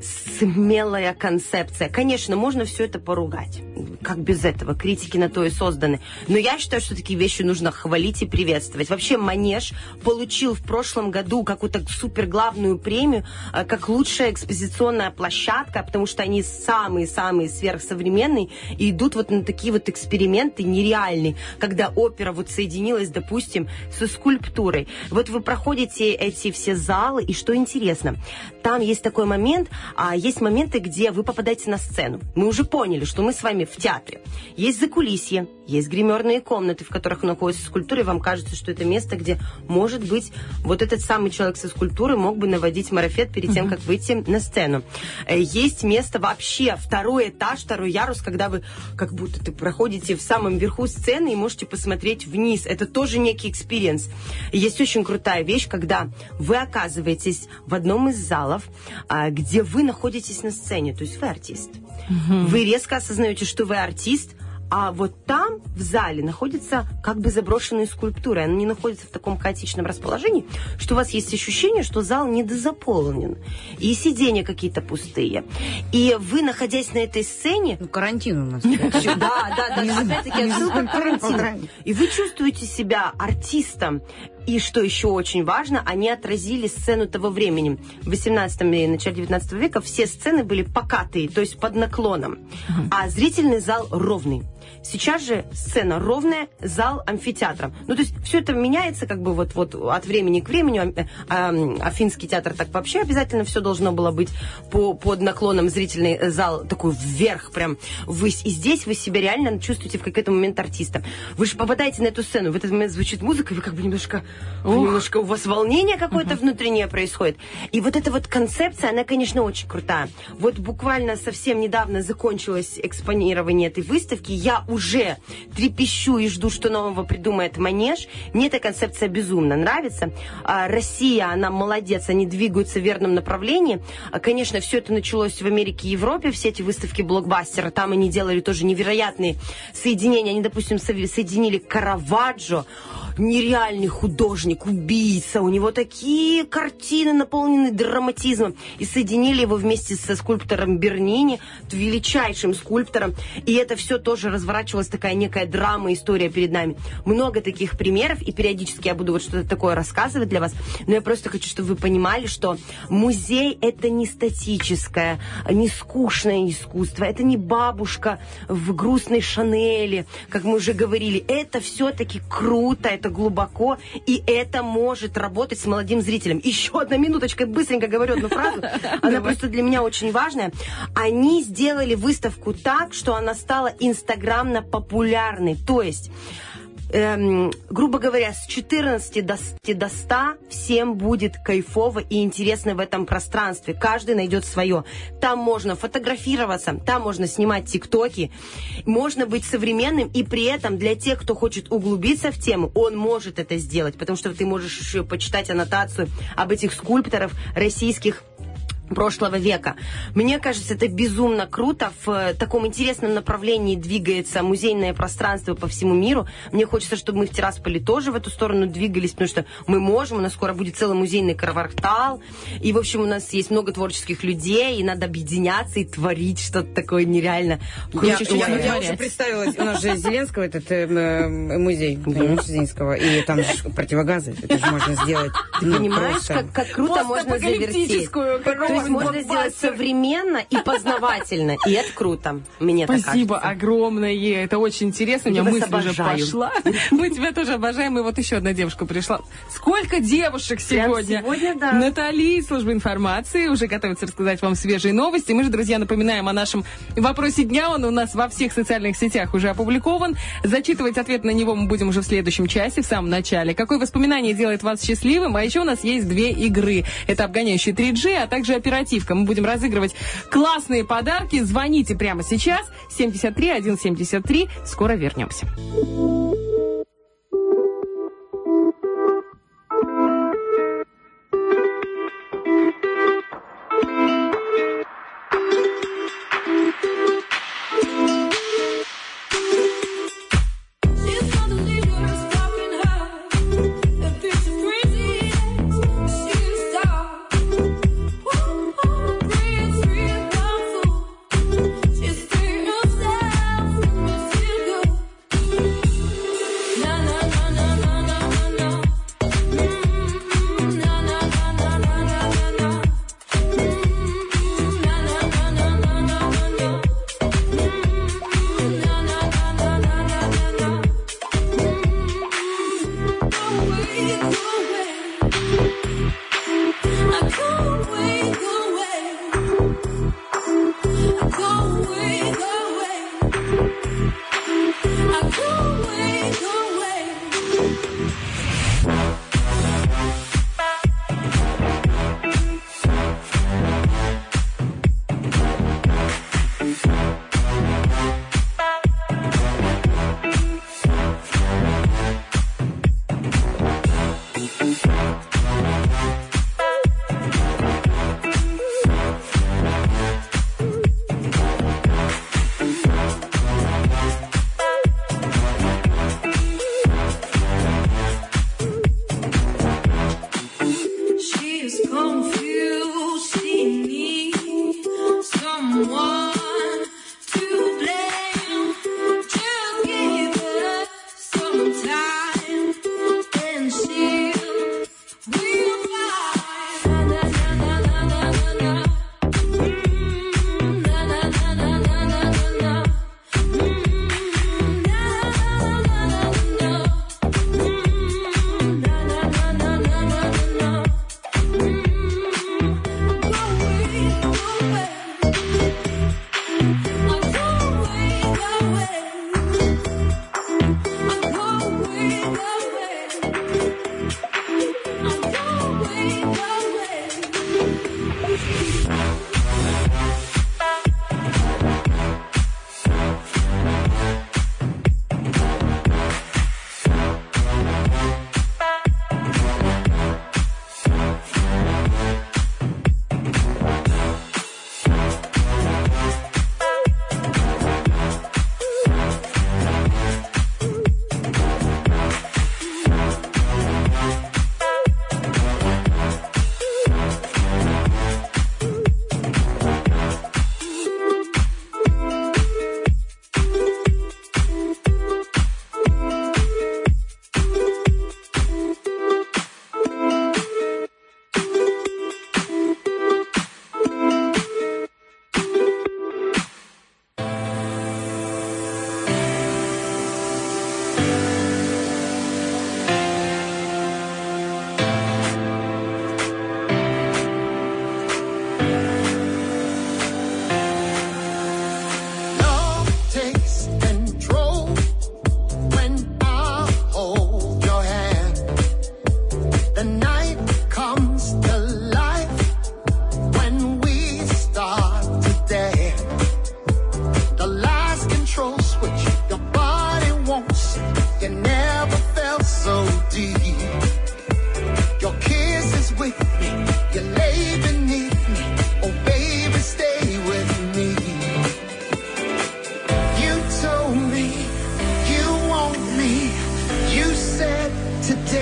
смелая концепция. Конечно, можно все это поругать. Как без этого? Критики на то и созданы. Но я считаю, что такие вещи нужно хвалить и приветствовать. Вообще, Манеж получил в прошлом году какую-то супер главную премию как лучшая экспозиционная площадка, потому что они самые-самые сверхсовременные и идут вот на такие вот эксперименты нереальные, когда опера вот соединилась, допустим, со скульптурой. Вот вы проходите эти все залы, и что интересно, там есть такой момент, а есть моменты, где вы попадаете на сцену. Мы уже поняли, что мы с вами в театре. Есть закулисье, есть гримерные комнаты, в которых находятся скульптуры, и вам кажется, что это место, где, может быть, вот этот самый человек со скульптурой мог бы наводить марафет перед тем, как выйти на сцену. Есть место вообще, второй этаж, второй ярус, когда вы как будто ты проходите в самом верху сцены и можете посмотреть вниз. Это тоже некий экспириенс. Есть очень крутая вещь, когда вы оказываетесь в одном из залов, где вы находитесь на сцене, то есть вы артист. Угу. Вы резко осознаете, что вы артист, а вот там, в зале, находятся как бы заброшенные скульптуры. Они находятся в таком хаотичном расположении, что у вас есть ощущение, что зал недозаполнен. И сиденья какие-то пустые. И вы, находясь на этой сцене... Ну, карантин у нас. Да, да, да. Опять-таки, отсылка к карантину. И вы чувствуете себя артистом. И что еще очень важно, они отразили сцену того времени. В восемнадцатом и начале девятнадцатого века все сцены были покатые, то есть под наклоном. Uh-huh. А зрительный зал ровный. Сейчас же сцена ровная, зал амфитеатром. Ну, то есть все это меняется как бы вот, вот от времени к времени. А, а, Афинский театр так вообще обязательно все должно было быть по, под наклоном зрительный зал такой вверх, прям ввысь. И здесь вы себя реально чувствуете в какой-то момент артиста. Вы же попадаете на эту сцену, в этот момент звучит музыка, и вы как бы немножко, вы немножко у вас волнение какое-то uh-huh. внутреннее происходит. И вот эта вот концепция, она, конечно, очень крутая. Вот буквально совсем недавно закончилось экспонирование этой выставки. Я уже трепещу и жду, что нового придумает Манеж. Мне эта концепция безумно нравится. А, Россия, она молодец, они двигаются в верном направлении. А, конечно, все это началось в Америке и Европе, все эти выставки блокбастера. Там они делали тоже невероятные соединения. Они, допустим, соединили Караваджо, нереальный художник, убийца. У него такие картины, наполненные драматизмом. И соединили его вместе со скульптором Бернини, величайшим скульптором. И это все тоже разворачивалась такая некая драма, история перед нами. Много таких примеров, и периодически я буду вот что-то такое рассказывать для вас. Но я просто хочу, чтобы вы понимали, что музей — это не статическое, не скучное искусство. Это не бабушка в грустной Шанели, как мы уже говорили. Это все-таки круто, это глубоко, и это может работать с молодым зрителем. Еще одна минуточка, быстренько говорю одну фразу. Она просто для меня очень важная. Они сделали выставку так, что она стала инстаграмно популярной. То есть, эм, грубо говоря, с четырнадцати до ста всем будет кайфово и интересно в этом пространстве. Каждый найдет свое. Там можно фотографироваться, там можно снимать тиктоки, можно быть современным, и при этом для тех, кто хочет углубиться в тему, он может это сделать, потому что ты можешь еще почитать аннотацию об этих скульпторах российских прошлого века. Мне кажется, это безумно круто. В таком интересном направлении двигается музейное пространство по всему миру. Мне хочется, чтобы мы в Тирасполе тоже в эту сторону двигались, потому что мы можем, у нас скоро будет целый музейный квартал. И, в общем, у нас есть много творческих людей, и надо объединяться и творить что-то такое нереально. Я, я, я уже представила, у нас же Зеленского этот э, музей, Зеленского, и там же противогазы. Это же можно сделать. Ты ну, понимаешь, как, как круто можно завертеть. То есть можно сделать современно и познавательно. И это круто. Мне так кажется. Спасибо огромное. Это очень интересно. У меня мысль уже пошла. Мы тебя тоже обожаем. И вот еще одна девушка пришла. Сколько девушек сегодня? Сегодня, да. Натали из службы информации уже готовится рассказать вам свежие новости. Мы же, друзья, напоминаем о нашем вопросе дня. Он у нас во всех социальных сетях уже опубликован. Зачитывать ответ на него мы будем уже в следующем часе, в самом начале. Какое воспоминание делает вас счастливым? А еще у нас есть две игры. Это обгоняющий три джи, а также оперативный. Мы будем разыгрывать классные подарки. Звоните прямо сейчас. семьдесят три один семьдесят три. Скоро вернемся.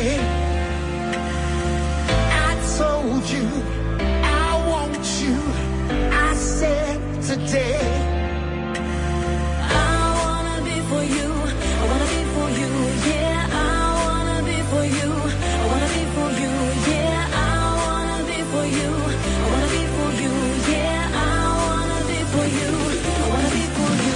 today. I told you I want you. I said today. I wanna be for you. I wanna be for you. Yeah, I wanna be for you. I wanna be for you. Yeah, I wanna be for you. I wanna be for you. Yeah, I wanna be for you. I wanna be for you.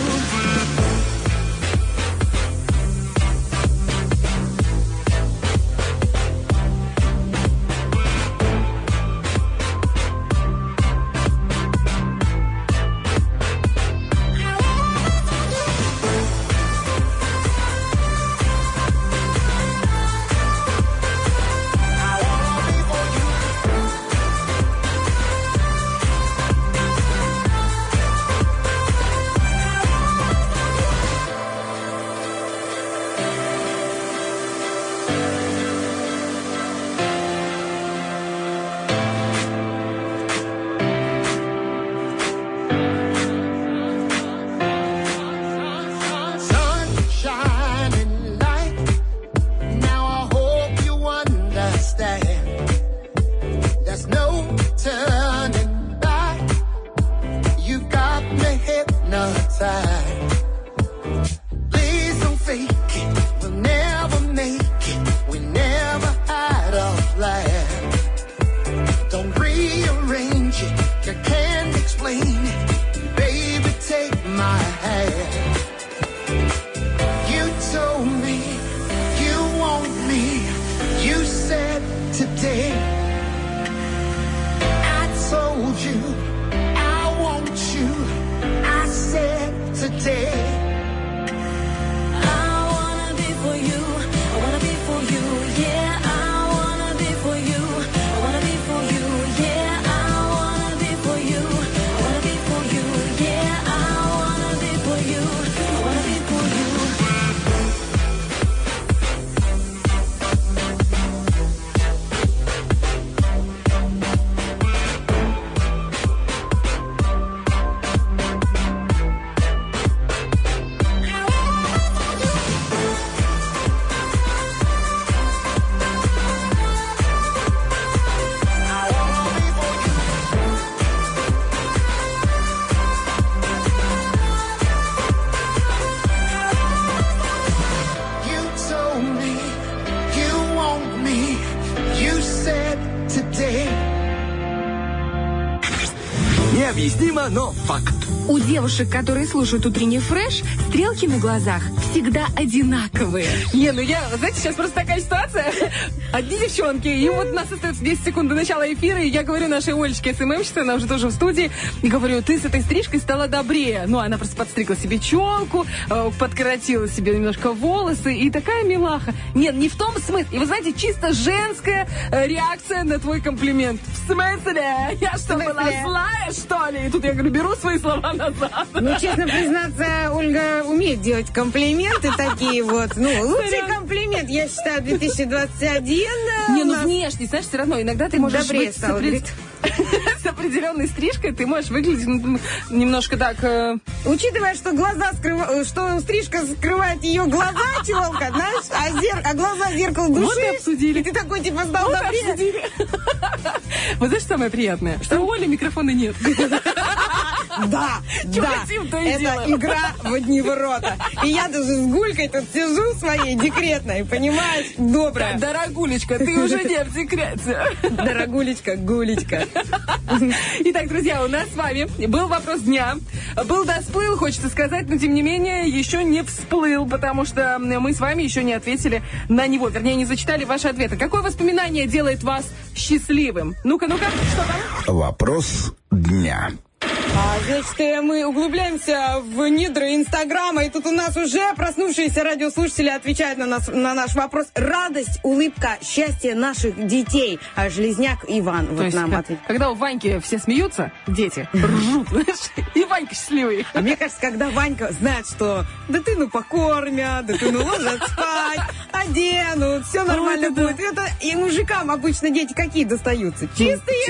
Необъяснимо, но факт. У девушек, которые слушают утренний фреш, стрелки на глазах всегда одинаковые. Не, ну я, знаете, сейчас просто такая ситуация. Одни девчонки, и вот у нас остается десять секунд до начала эфира, и я говорю нашей Олечке, СММщице, она уже тоже в студии, и говорю, ты с этой стрижкой стала добрее. Ну, она просто подстригла себе челку, подкоротила себе немножко волосы, и такая милаха. Нет, не в том смысле. И вы знаете, чисто женская реакция на твой комплимент. В смысле? Я что, была злая, что ли? И тут я говорю, беру свои слова назад. Ну, честно признаться, Ольга умеет делать комплименты такие вот. Ну, лучший комплимент, я считаю, две тысячи двадцать один. Не, ну внешне, знаешь, все равно иногда ты можешь добрее быть стала, с, с определенной стрижкой, ты можешь выглядеть ну, немножко так... Э... Учитывая, что глаза скрыва... что стрижка скрывает ее глаза, челка, знаешь, а, зер... а глаза зеркало души. Вот и обсудили. И ты такой, типа, сдал вот добрее. Вы знаете, самое приятное? Что у Оли микрофона нет. Да, да, это игра в одни ворота. И я даже с Гулькой тут сижу своей декретной, понимаешь, добрая. Дорогулечка, ты уже не в декрете. Дорогулечка, Гулечка. Итак, друзья, у нас с вами был вопрос дня. Был да всплыл, хочется сказать, но тем не менее еще не всплыл, потому что мы с вами еще не ответили на него. Вернее, не зачитали ваши ответы. Какое воспоминание делает вас счастливым? Ну-ка, ну-ка, что там? Вопрос дня. А, значит, мы углубляемся в недра Инстаграма, и тут у нас уже проснувшиеся радиослушатели отвечают на, нас, на наш вопрос. Радость, улыбка, счастье наших детей. А Железняк Иван То вот есть, нам как, ответил. Когда у Ваньки все смеются, дети ржут, знаешь, и Ванька счастливый. А мне кажется, когда Ванька знает, что да ты ну покормят, да ты ну ложат спать, оденут, все нормально это будет. Это и мужикам обычно дети какие достаются? Чистые. Чистые.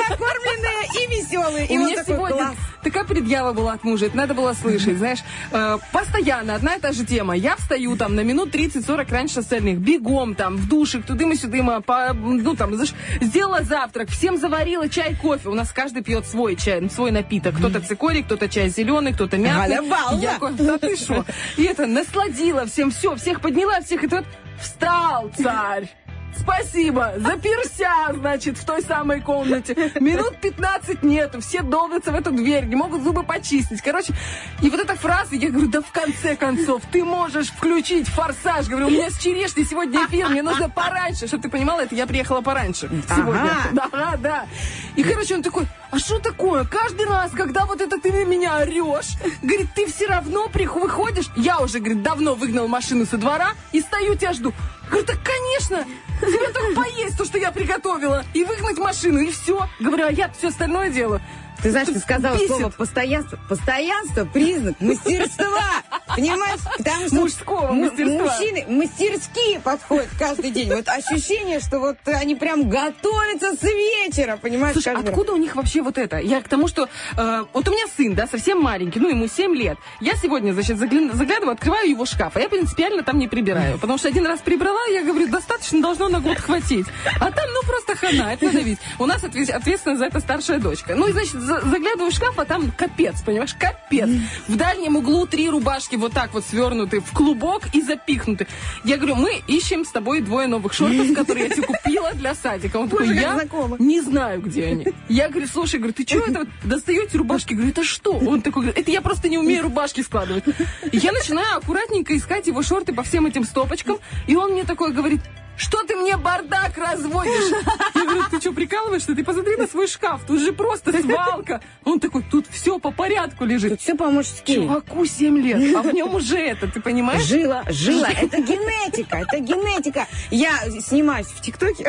накормленные и веселые. У меня сегодня такая предъява была от мужа, это надо было слышать, знаешь. Э, постоянно одна и та же тема. Я встаю там на минут тридцать-сорок раньше остальных, бегом там, в душик, тудым-сюдым, по, ну там, знаешь, сделала завтрак, всем заварила чай, кофе. У нас каждый пьет свой чай, свой напиток. Кто-то цикорий, кто-то чай зеленый, кто-то мятный. Я кофе, да ты шо? И это, насладила всем, все, всех подняла, всех, это вот, встал царь. Спасибо, заперся, значит, в той самой комнате. Минут пятнадцать нету, все долбятся в эту дверь, не могут зубы почистить. Короче, и вот эта фраза, я говорю, да в конце концов, ты можешь включить «Форсаж». Говорю, у меня с черешней сегодня эфир, мне нужно пораньше. Чтобы ты понимала, это я приехала пораньше сегодня. Ага. Да, да. И, короче, он такой, а что такое? Каждый раз, когда вот это ты на меня орешь, говорит, ты все равно прих- выходишь. Я уже, говорит, давно выгнал машину со двора и стою, тебя жду. Говорю, так, конечно, тебе только поесть то, что я приготовила, и выгнать машину, и все. Говорю, а я все остальное делаю. Ты знаешь, ты сказала бесит. Слово «постоянство». Постоянство – признак мастерства. Понимаешь? Потому что мужского мастерства. Мужчины мастерские подходят каждый день. Вот ощущение, что вот они прям готовятся с вечера, понимаешь? Слушай, откуда у них вообще вот это? Я к тому, что э, вот у меня сын, да, совсем маленький, ну, ему семь лет. Я сегодня, значит, загля- заглядываю, открываю его шкаф, а я принципиально там не прибираю. Потому что один раз прибрала, я говорю, достаточно должно на год хватить. А там, ну, просто хана, это надо видеть. У нас ответственна за это старшая дочка. Ну, и, значит, заглядываю в шкаф, а там капец, понимаешь, капец. В дальнем углу три рубашки вот так вот свернуты в клубок и запихнуты. Я говорю, мы ищем с тобой двое новых шортов, которые я тебе купила для садика. Он такой, я не знаю, где они. Я говорю, слушай, говорю, ты что это вот достаете рубашки? Говорю, это что? Он такой говорит, это я просто не умею рубашки складывать. И я начинаю аккуратненько искать его шорты по всем этим стопочкам, и он мне такой говорит, что ты мне бардак разводишь? Я говорю, ты что, прикалываешься? Ты посмотри на свой шкаф, тут же просто свалка. Он такой, тут все по порядку лежит. Тут все по-мужски. Чуваку семь лет, а в нем уже это, ты понимаешь? Жила, жила, это генетика, это генетика. Я снимаюсь в ТикТоке,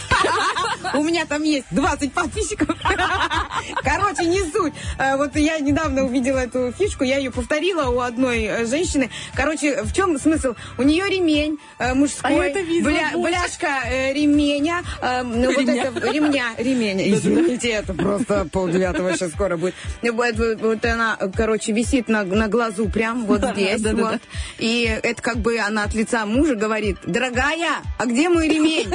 у меня там есть двадцать подписчиков. Короче, не суть. Вот я недавно увидела эту фишку, я ее повторила у одной женщины. Короче, в чем смысл? У нее ремень мужской, бля, бляшка э, ременя, э, ну, вот это, ремня, ременя, извините, это просто полдевятого сейчас скоро будет. Вот, вот, вот она, короче, висит на, на глазу прям вот здесь, да, да, вот. Да. И это как бы она от лица мужа говорит, дорогая, а где мой ремень?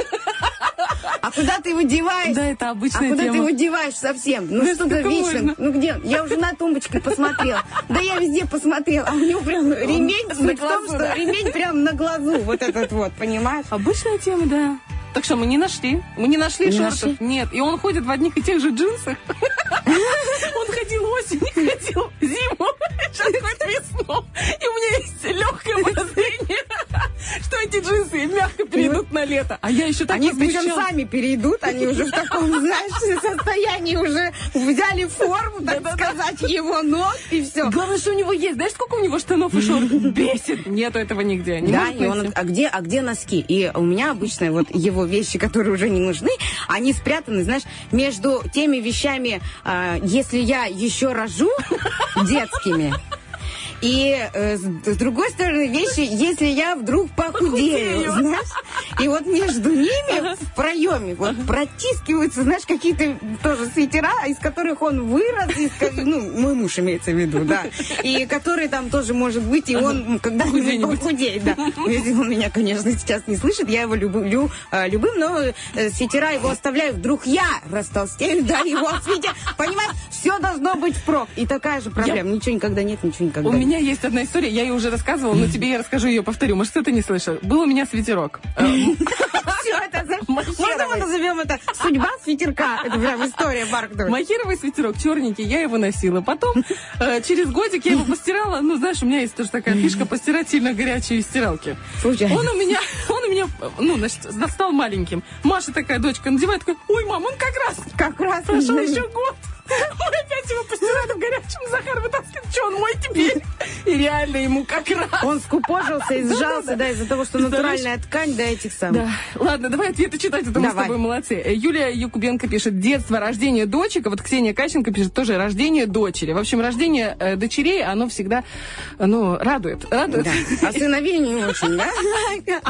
А куда ты его деваешь? Да, это обычная А куда тема. ты его деваешь совсем? Ну да что-то вечно. Ну где? Я уже на тумбочке посмотрела. Да я везде посмотрела. А у него прям ремень, суть в том, что ремень прям на глазу. Вот этот вот, понимаешь? Обычная тема, да. Так что мы не нашли. Мы не нашли не шортов. Нашли? Нет. И он ходит в одних и тех же джинсах. Он ходил осенью, ходил зиму, сейчас ходит весну. И у меня есть легкое подозрение, что эти джинсы мягко перейдут на лето. А я еще так Они причем сами перейдут, они уже в таком, знаешь, состоянии уже взяли форму, так сказать, его ног и все. Главное, что у него есть. Знаешь, сколько у него штанов и шорт? Бесит. Нету этого нигде. Да, и он, а где, а где носки? И у меня обычно вот его вещи, которые уже не нужны, они спрятаны, знаешь, между теми вещами, э, если я еще рожу, детскими, и э, с, с другой стороны вещи, если я вдруг похудею, похудею, знаешь, и вот между ними ага. в проеме вот ага. протискиваются, знаешь, какие-то тоже свитера, из которых он вырос, из, ну, мой муж имеется в виду, да, и которые там тоже, может быть, и он когда-нибудь похудеет, да. Если он меня, конечно, сейчас не слышит, я его люблю э, любым, но э, свитера его оставляю, вдруг я растолстею, да, его свитер, понимаешь, все должно быть впрок, и такая же проблема, я... ничего никогда нет, ничего никогда нет. У меня есть одна история, я ее уже рассказывала, но тебе я расскажу ее, повторю. Может, кто-то не слышал. Был у меня свитерок. Все это... Можно мы назовем это судьба свитерка? Это прям история Баркдорф. Махеровый свитерок, черненький, я его носила. Потом, через годик я его постирала. Ну, знаешь, у меня есть тоже такая фишка постирать сильно горячие стиралки. Случайно. Он у меня, он у меня, ну, значит, стал маленьким. Маша такая, дочка, надевает, такой, ой, мам, он как раз, как раз прошел еще год. Мы опять его постирали в горячем, Захар вытаскивает, что он мой теперь? И реально ему как раз. Он скукожился и сжался, да, из-за того, что натуральная ткань, да, этих самых. Да. Ладно, давай ответы читать, это мы с тобой молодцы. Юлия Якубенко пишет, детство, рождение дочек, а вот Ксения Кащенко пишет тоже рождение дочери. В общем, рождение э, дочерей, оно всегда, ну, радует. радует. Да. А сыновей не очень, да? А сыновей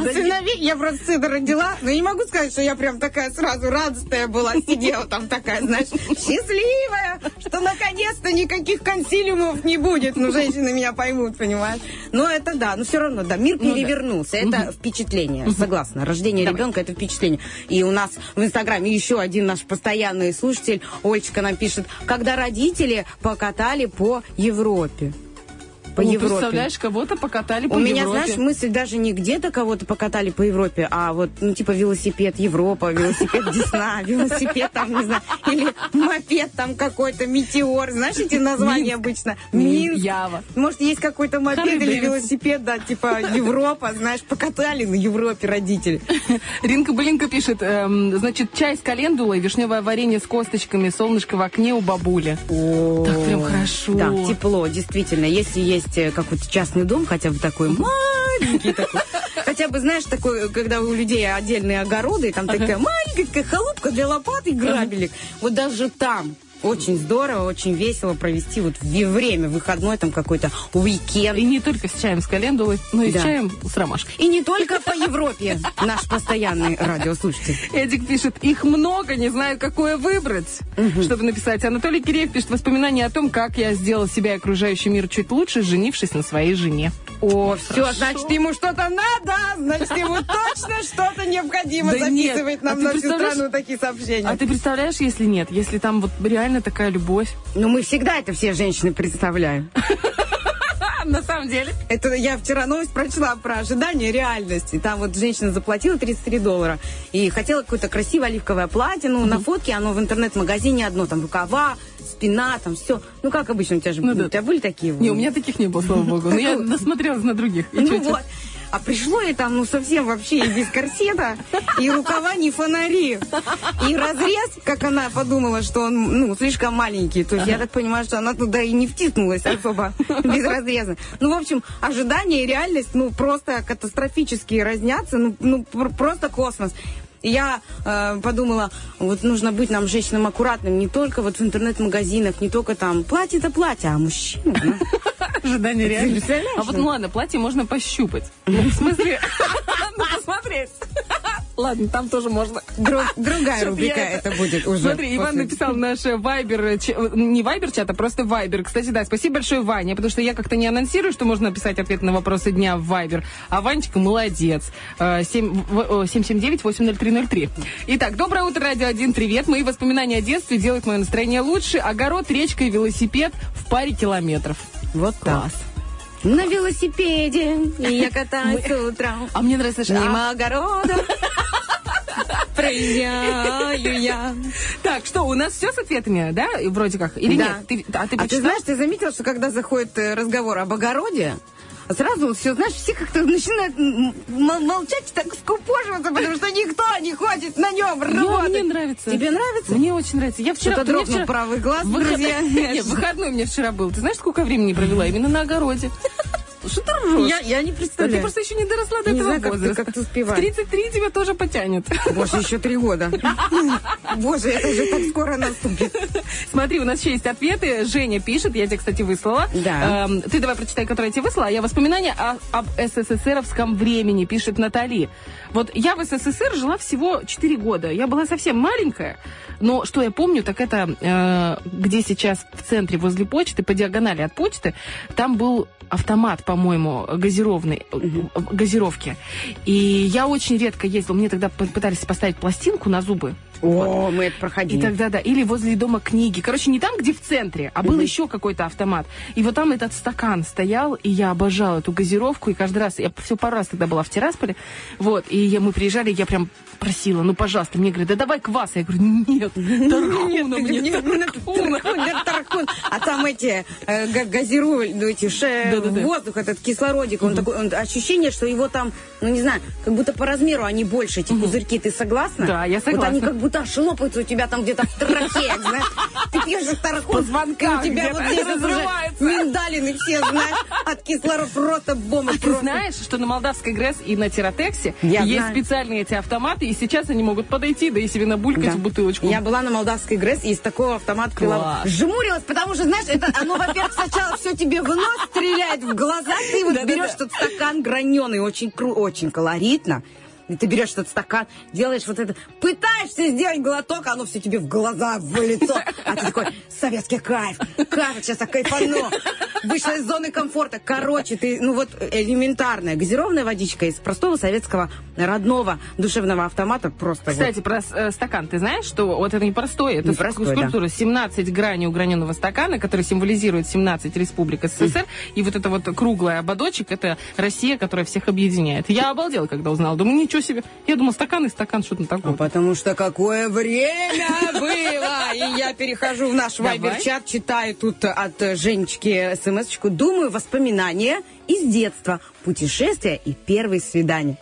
я просто сына родила, но не могу сказать, что я прям такая сразу радостная была, сидела там такая, знаешь, счастливая, что наконец-то никаких консилиумов не будет. Ну, женщины меня поймут, понимаешь? Но это да, но все равно, да, мир перевернулся. Ну, да. Это угу. впечатление, угу. согласна. Рождение Давай. ребенка — это впечатление. И у нас в Инстаграме еще один наш постоянный слушатель, Олечка, нам пишет, когда родители покатали по Европе. По ну, Европе. Представляешь, кого-то покатали по У Европе. меня, знаешь, мысль даже не где-то кого-то покатали по Европе, а вот, ну, типа, велосипед Европа, велосипед Десна, велосипед там, не знаю, или мопед там какой-то, Метеор. Знаешь, эти названия обычно? Минск. Ява. Может, есть какой-то мопед или велосипед, да, типа, Европа, знаешь, покатали на Европе родители. Ринка Былинка пишет, эм, значит, чай с календулой, вишневое варенье с косточками, солнышко в окне у бабули. О, так прям хорошо. Да, тепло, действительно. Если есть какой-то частный дом, хотя бы такой маленький такой. Хотя бы, знаешь, такой, когда у людей отдельные огороды, и там ага. такая маленькая такая халупка для лопат и грабелек. Ага. Вот даже там очень здорово, очень весело провести вот время, выходной там какой-то уикенд. И не только с чаем с календулой, но и да. с чаем с ромашкой. И не только по Европе, наш постоянный радиослушатель. Эдик пишет, их много, не знаю, какое выбрать, угу. чтобы написать. Анатолий Киреев пишет воспоминания о том, как я сделал себя и окружающий мир чуть лучше, женившись на своей жене. О, все, Хорошо. Значит, ему что-то надо, значит, ему точно что-то необходимо да записывать нет. нам а на всю страну такие сообщения. А ты представляешь, если нет, если там вот реально такая любовь. Ну, мы всегда это все женщины представляем. На самом деле. Это я вчера новость прочла про ожидание реальности. Там вот женщина заплатила тридцать три доллара и хотела какое-то красивое оливковое платье. Ну, uh-huh. на фотке оно в интернет-магазине одно. Там рукава, спина, там все. Ну, как обычно, у тебя же ну, да. у тебя были такие? Не, у меня таких не было, слава богу. Но я насмотрелась на других. Ну вот. А пришло ей там, ну, совсем вообще и без корсета, и рукава не фонари, и разрез, как она подумала, что он, ну, слишком маленький. То есть я так понимаю, что она туда и не втиснулась особо без разреза. Ну, в общем, ожидание и реальность, ну, просто катастрофически разнятся, ну, ну просто космос. И я э, подумала, вот нужно быть нам, женщинам, аккуратным, не только вот в интернет-магазинах, не только там платье-то платье, а мужчина. Ожидание реальности. А вот, ну ладно, платье можно пощупать. Ну, в смысле, ну, посмотреть. Ладно, там тоже можно. Другая рубрика это будет уже. Смотри, Иван написал наш вайбер, не вайбер-чат, а просто вайбер. Кстати, да, спасибо большое, Ваня, потому что я как-то не анонсирую, что можно написать ответ на вопросы дня в вайбер. А Ванечка молодец. семь семь девять восемь ноль три ноль три. Итак, доброе утро, Радио один, привет. Мои воспоминания о детстве делают мое настроение лучше. Огород, речка и велосипед в паре километров. Вот класс. На велосипеде я катаюсь с утра. А мне нравится... Мимо огорода проезжаю я. Так, что, у нас все с ответами, да, вроде как? Или да. нет? Ты, а ты, а ты знаешь, ты заметила, что когда заходит разговор об огороде, сразу все, знаешь, все как-то начинают молчать и так скупоживаться, потому что никто не хочет на нем работать. Мне нравится. Тебе нравится? Мне очень нравится. Я вчера... Что-то дрогнул вчера... правый глаз, Выход... друзья. Нет, выходной у меня вчера был. Ты знаешь, сколько времени провела именно на огороде? Что ты ржешь? Я, я не представляю. Ты просто еще не доросла до не этого знаю, как возраста. Ты, как ты успеваешь. В тридцать три тебя тоже потянет. Боже, еще три года. Боже, это же так скоро наступит. Смотри, у нас еще есть ответы. Женя пишет, я тебе, кстати, выслала. Да. Эм, ты давай прочитай, который я тебе выслала. Я воспоминания о, об СССРовском времени, пишет Натали. Вот я в СССР жила всего четыре года. Я была совсем маленькая. Но что я помню, так это, э, где сейчас в центре возле почты, по диагонали от почты, там был автомат, по-моему, газированный, mm-hmm. газировки. И я очень редко ездила. Мне тогда пытались поставить пластинку на зубы. О, вот. Мы это проходили. И тогда, да. Или возле дома книги. Короче, не там, где в центре, а был mm-hmm. еще какой-то автомат. И вот там этот стакан стоял, и я обожала эту газировку. И каждый раз, я все пару раз тогда была в Тирасполе, вот, и я, мы приезжали, я прям просила, ну, пожалуйста. Мне говорят, да давай квас. Я говорю, нет, тархуна мне, тархун. А там эти газируют, эти воздух, этот кислородик, он такой, ощущение, что его там, ну, не знаю, как будто по размеру они больше, эти пузырьки. Ты согласна? Да, я согласна. Вот они как будто шлопаются у тебя там где-то в трахее, знаешь. Ты пьешь тархун, и у тебя вот здесь уже миндалины все, знаешь, от кислорода просто бомба. А ты знаешь, что на Молдавской ГРЭС и на Тиротексе есть специальные эти автоматы, и сейчас они могут подойти, да и себе набулькать в бутылочку. Я была на Молдавской ГРЭС, и из такого автомата пила. Жмурилась, потому что, знаешь, это оно, во-первых, сначала все тебе в нос стреляет, в глаза, ты вот берешь тот стакан граненый, очень кру, очень колоритно. И ты берешь этот стакан, делаешь вот это, пытаешься сделать глоток, а оно все тебе в глаза, в лицо. А ты такой, советский кайф, кайф, сейчас я кайфану. Вышла из зоны комфорта. Короче, ты, ну вот, элементарная газированная водичка из простого советского родного душевного автомата просто. Кстати, вот. про э, стакан. Ты знаешь, что вот это не простой, это не простой, скульптура да. семнадцать граней уграненного стакана, который символизирует семнадцать республик СССР. Mm. И вот это вот круглый ободочек, это Россия, которая всех объединяет. Я обалдела, когда узнала. Думаю, ничего себе. Я думала, стакан и стакан, что-то такое. А потому что какое время было! И я перехожу в наш вайбер-чат, читаю тут от Женечки смс-очку. Думаю, воспоминания из детства, путешествия и первые свидания.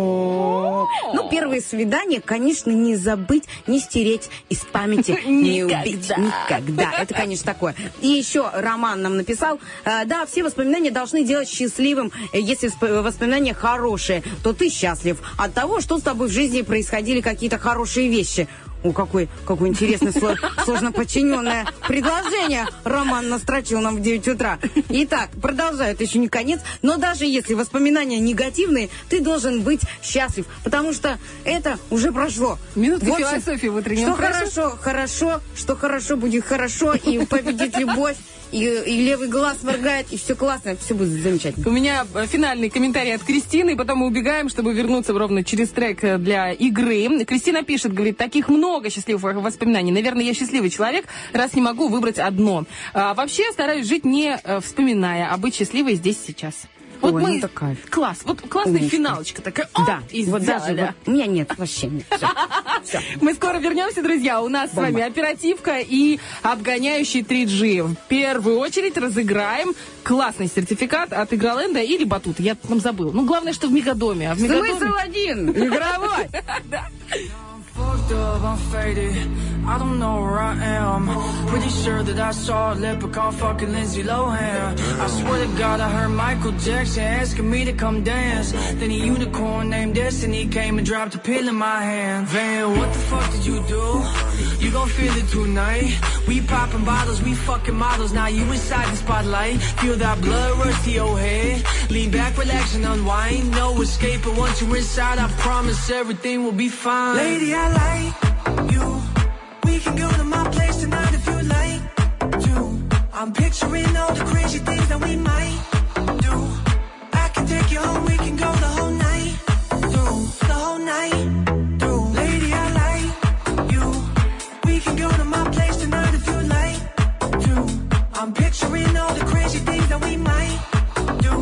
О, ну, первые свидания, конечно, не забыть, не стереть из памяти, не убить никогда. Это, конечно, такое. И еще Роман нам написал, да, все воспоминания должны делать счастливым. Если воспоминания хорошие, то ты счастлив от того, что с тобой в жизни происходили какие-то хорошие вещи. О, какой, какое интересное, сложно подчиненное предложение Роман настрочил нам в девять утра. Итак, продолжаю, это еще не конец. Но даже если воспоминания негативные, ты должен быть счастлив, потому что это уже прошло. Минутка философии в утреннем. Что хорошо, хорошо, что хорошо будет хорошо, и победит любовь. И, и левый глаз моргает, и все классно, все будет замечательно. У меня финальный комментарий от Кристины, и потом мы убегаем, чтобы вернуться ровно через трек для игры. Кристина пишет, говорит, таких много счастливых воспоминаний. Наверное, я счастливый человек, раз не могу выбрать одно. А, вообще стараюсь жить не вспоминая, а быть счастливой здесь сейчас. Вот Ой, мы... ну такая. Класс. Вот классная Умничка. Финалочка такая. О, да, и вот сделали. даже вот, у меня нет, вообще нет. Все. Все. Мы скоро вернемся, друзья. У нас Бомба. С вами оперативка и обгоняющий три джи. В первую очередь разыграем классный сертификат от Игроленда или Батут. Я там забыл. Ну, главное, что в Мегадоме. А в Мегадоме... Смысл один. Игровой. Да. Fucked up, I'm faded. I don't know where I am. Pretty sure that I saw a leprechaun fucking Lindsay Lohan. I swear to God I heard Michael Jackson asking me to come dance. Then a unicorn named Destiny came and dropped a pill in my hand. Van, what the fuck did you do? You gon' feel it tonight. We popping bottles, we fucking models. Now you inside the spotlight. Feel that blood rush to your head. Lean back, relax and unwind. No escape, but once you're inside, I promise everything will be fine. Lady, I like you. We can go to my place tonight if you like to. I'm picturing all the crazy things that we might do. I can take you home, we can go the whole night through, the whole night through. Lady, I like you. We can go to my place tonight if you like to. I'm picturing all the crazy things that we might do.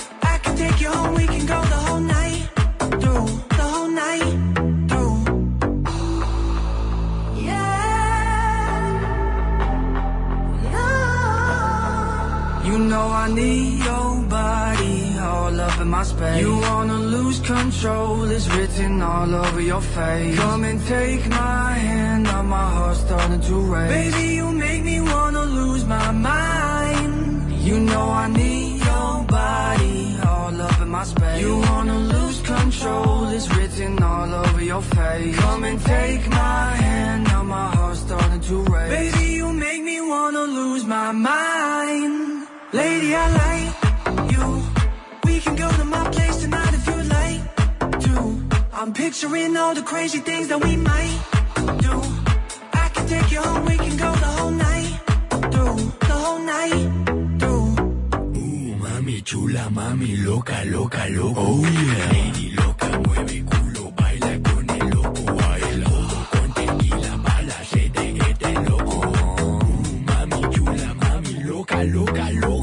I can take you home, we can go the whole night through, the whole night. You know I need your body all up in my space. You wanna lose control, it's written all over your face. Come and take my hand, now my heart's starting to race. Baby, you make me wanna lose my mind. You know I need your body all up in my space. You wanna lose control, it's written all over your face. Come and take my hand, now my heart's starting to race. Baby, you make me wanna lose my mind. Lady, I like you. We can go to my place tonight if you like to. I'm picturing all the crazy things that we might do. I can take you home, we can go the whole night through, the whole night through. Ooh, mami chula, mami loca, loca, loca. Oh yeah. Lady loca, mueve culo, baila con el loco. Baila con tequila, mala, se te este loco. Ooh, mami chula, mami loca, loca, loco.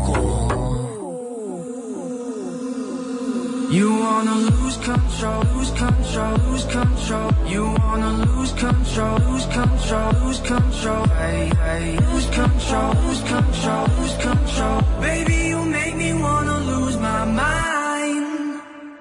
You wanna lose control, lose control, lose control. You wanna lose control, lose control, lose control. Hey, hey, lose control, lose control, lose control. Baby, you make me wanna lose my mind.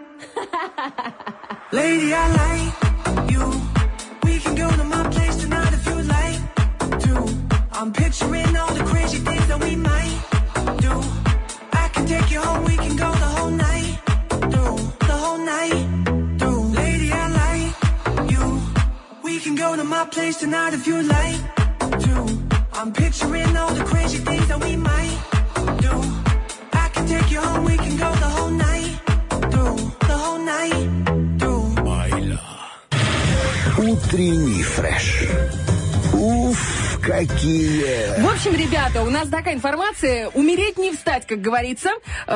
Lady, I like you. We can go to my place tonight if you like to. I'm picturing all the crazy things that we might do. I can take you home, we can go the whole night through, the whole night through. Lady, I like you. We can go to my place tonight if you like to. I'm picturing all the crazy things that we might do. I can take you home, we can go the whole night through, the whole night through. Утренний фреш. Уф, какие! В общем, ребята, у нас такая информация. Умереть не встать, как говорится.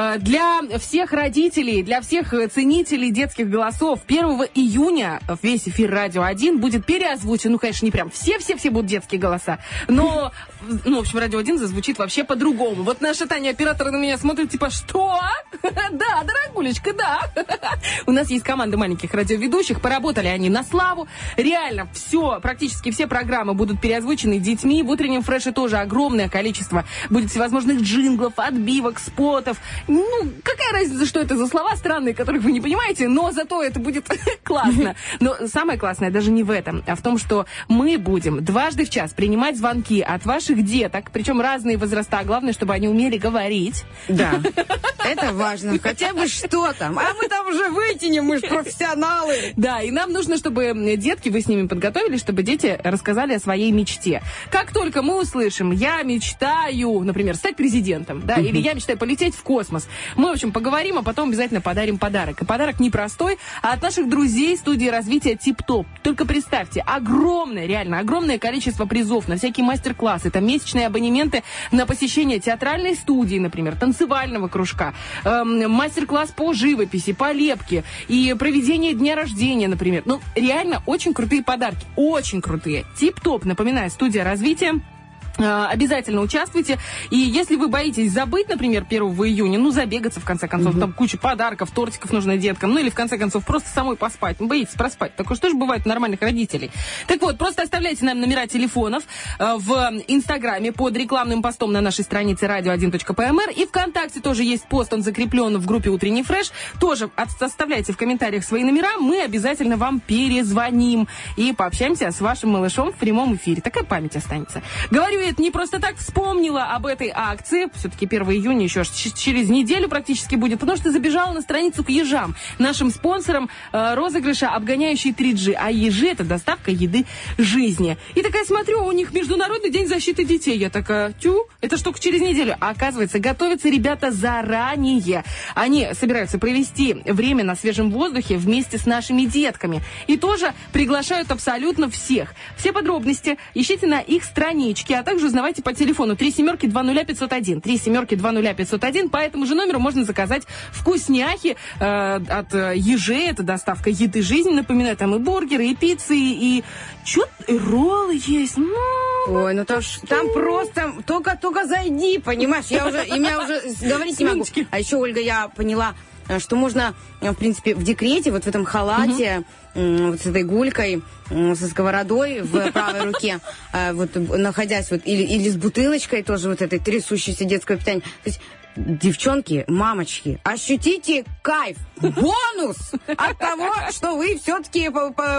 Для всех родителей, для всех ценителей детских голосов первого июня весь эфир Радио один будет переозвучен. Ну, конечно, не прям все-все-все будут детские голоса. Но, ну, в общем, Радио один зазвучит вообще по-другому. Вот наша Таня, оператор, на меня смотрит, типа, что? Да, дорогулечка, да. У нас есть команда маленьких радиоведущих. Поработали они на славу. Реально, все, практически все программы будут переозвучены детьми. В утреннем фреше тоже огромное количество будет всевозможных джинглов, отбивок, спотов. Ну, какая разница, что это за слова странные, которых вы не понимаете, но зато это будет классно. Но самое классное даже не в этом, а в том, что мы будем дважды в час принимать звонки от ваших деток, причем разные возраста. Главное, чтобы они умели говорить. Да, это важно. Хотя бы что там. А мы там уже вытянем, мы же профессионалы. Да, и нам нужно, чтобы детки, вы с ними подготовились, чтобы дети рассказали о своей мечте. Как только мы услышим, я мечтаю, например, стать президентом, да, или я мечтаю полететь в космос, мы, в общем, поговорим, а потом обязательно подарим подарок. И подарок непростой, а от наших друзей студии развития Тип-Топ. Только представьте, огромное, реально, огромное количество призов на всякие мастер-классы, там месячные абонементы на посещение театральной студии, например, танцевального кружка, эм, мастер-класс по живописи, по лепке и проведение дня рождения, например. Ну, реально, очень крутые подарки, очень крутые. Тип-Топ, напоминаю, студия развития. Обязательно участвуйте. И если вы боитесь забыть, например, первого июня, ну, забегаться, в конце концов, угу. там куча подарков, тортиков нужно деткам, ну, или, в конце концов, просто самой поспать. Ну, боитесь проспать. Такое что же бывает у нормальных родителей. Так вот, просто оставляйте нам номера телефонов в Инстаграме под рекламным постом на нашей странице радио один точка пэ эм эр. И ВКонтакте тоже есть пост, он закреплен в группе «Утренний фреш». Тоже оставляйте в комментариях свои номера, мы обязательно вам перезвоним и пообщаемся с вашим малышом в прямом эфире. Такая память останется. Говорю, это не просто так, вспомнила об этой акции. Все-таки первого июня еще через неделю практически будет, потому что забежала на страницу к ежам, нашим спонсорам э, розыгрыша «Обгоняющий три джи». А ежи — это доставка еды жизни. И такая смотрю, у них Международный день защиты детей. Я такая, тю, это ж только через неделю. А оказывается, готовятся ребята заранее. Они собираются провести время на свежем воздухе вместе с нашими детками. И тоже приглашают абсолютно всех. Все подробности ищите на их страничке, а также узнавайте по телефону три семерки два нуля пятьсот один. три семерки два нуля пятьсот один. По этому же номеру можно заказать вкусняхи э, от э, ежей. Это доставка еды жизни. Напоминаю, там и бургеры, и пиццы, и, и чё-то и роллы есть. Ну, ой, ну там, там просто только-только зайди, понимаешь? Я уже, и меня уже говорить не могу. А еще, Ольга, я поняла, что можно, в принципе, в декрете, вот в этом халате, угу. вот с этой гулькой, со сковородой в правой руке, вот находясь вот, или, или с бутылочкой тоже вот этой трясущейся детского питания. То есть, девчонки, мамочки, ощутите кайф, бонус от того, что вы все-таки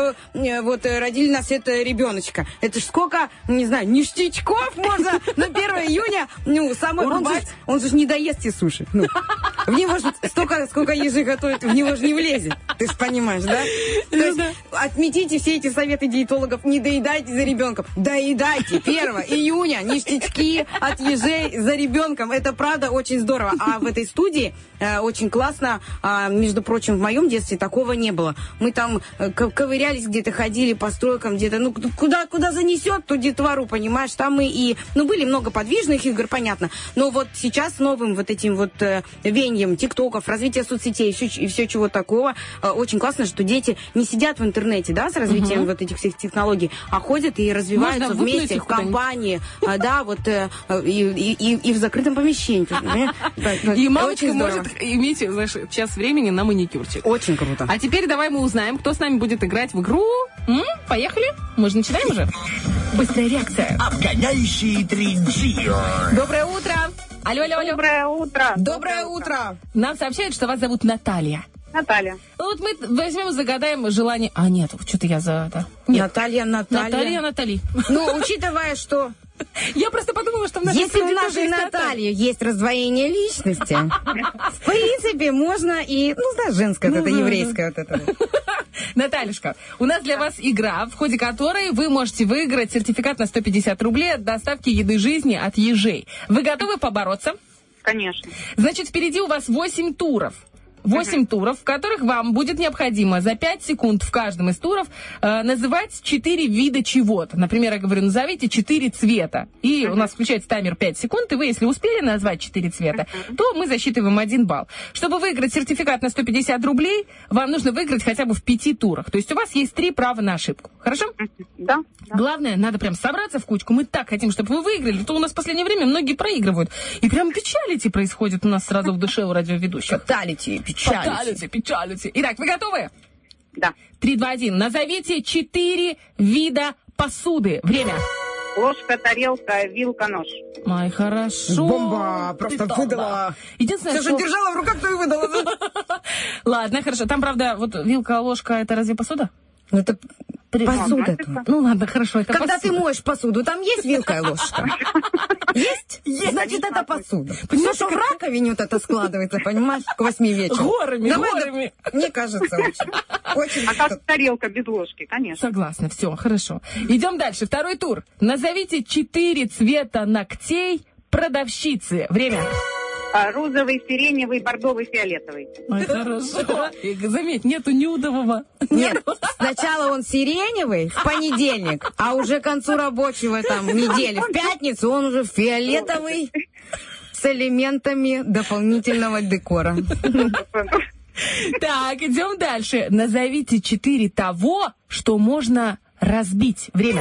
вот родили на свет ребеночка. Это ж сколько, не знаю, ништячков можно на первого июня, ну, самой, он же, он же не доест те суши. Ну, в него же столько, сколько ежи готовят, в него же не влезет. Ты же понимаешь, да? То есть отметите все эти советы диетологов, не доедайте за ребенком. Доедайте первого июня ништячки от ежей за ребенком. Это правда очень здорово. Здорово. А в этой студии э, очень классно, э, между прочим, в моем детстве такого не было. Мы там э, ковырялись где-то, ходили по стройкам где-то, ну, куда, куда занесет, ту детвору, понимаешь, там мы и, ну, были много подвижных игр, понятно, но вот сейчас с новым вот этим вот э, веянием тиктоков, развития соцсетей и все, и все чего такого, э, очень классно, что дети не сидят в интернете, да, с развитием uh-huh. вот этих всех технологий, а ходят и развиваются вместе в компании, э, да, вот, э, и, и, и в закрытом помещении, понимаешь? И мамочка может иметь, знаешь, час времени на маникюрчик. Очень круто. А теперь давай мы узнаем, кто с нами будет играть в игру. М? Поехали? Мы же начинаем уже? Быстрая реакция. Обгоняющий три джи. Доброе утро. Алло, алло, алло. Доброе утро. Доброе утро. Нам сообщают, что вас зовут Наталья. Наталья. Ну вот мы возьмем, загадаем желание... А, нет, что-то я за это... Нет. Наталья, Наталья. Наталья, Натали. Ну, учитывая, что... Я просто подумала, что в нашей Если в нашей Наталье есть раздвоение личности, в принципе, можно и, ну, знаешь, женское вот это, еврейское вот это. Натальюшка, у нас для вас игра, в ходе которой вы можете выиграть сертификат на сто пятьдесят рублей от доставки еды жизни от ежей. Вы готовы побороться? Конечно. Значит, впереди у вас восемь туров. восемь туров, в которых вам будет необходимо за пять секунд в каждом из туров э, называть четыре вида чего-то. Например, я говорю, назовите четыре цвета. И у нас включается таймер пять секунд, и вы, если успели назвать четыре цвета, то мы засчитываем один балл. Чтобы выиграть сертификат на сто пятьдесят рублей, вам нужно выиграть хотя бы в пяти турах. То есть у вас есть три права на ошибку. Хорошо? Да. Главное, надо прям собраться в кучку. Мы так хотим, чтобы вы выиграли. То у нас в последнее время многие проигрывают. И прям печалити происходит у нас сразу в душе у радиоведущих. Фаталити, печалити. Фаталити, печалити. Итак, вы готовы? Да. Три, два, один. Назовите четыре вида посуды. Время. Ложка, тарелка, вилка, нож. Ай, хорошо. Бомба! Просто Ты выдала. Единственное, Все, что держала в руках, то и выдала. Ладно, хорошо. Там, правда, вот вилка, ложка, это разве посуда? Ну, это посуда. Ну, ладно, хорошо, это Когда посуда. ты моешь посуду, там есть вилка и ложка? Есть? Значит, это посуда. Все, что в раковине вот это складывается, понимаешь, к восьми вечера. Горами, Давай, горами. да, мне кажется, очень. очень А как тарелка без ложки, конечно. Согласна, все, хорошо. Идем дальше. Второй тур. Назовите четыре цвета ногтей продавщицы. Время. А, розовый, сиреневый, бордовый, фиолетовый. Ой, хорошо. И, заметь, нету нюдового. Нет, сначала он сиреневый в понедельник, а уже к концу рабочего там недели, в пятницу, он уже фиолетовый с элементами дополнительного декора. Так, идем дальше. Назовите четыре того, что можно разбить. Время.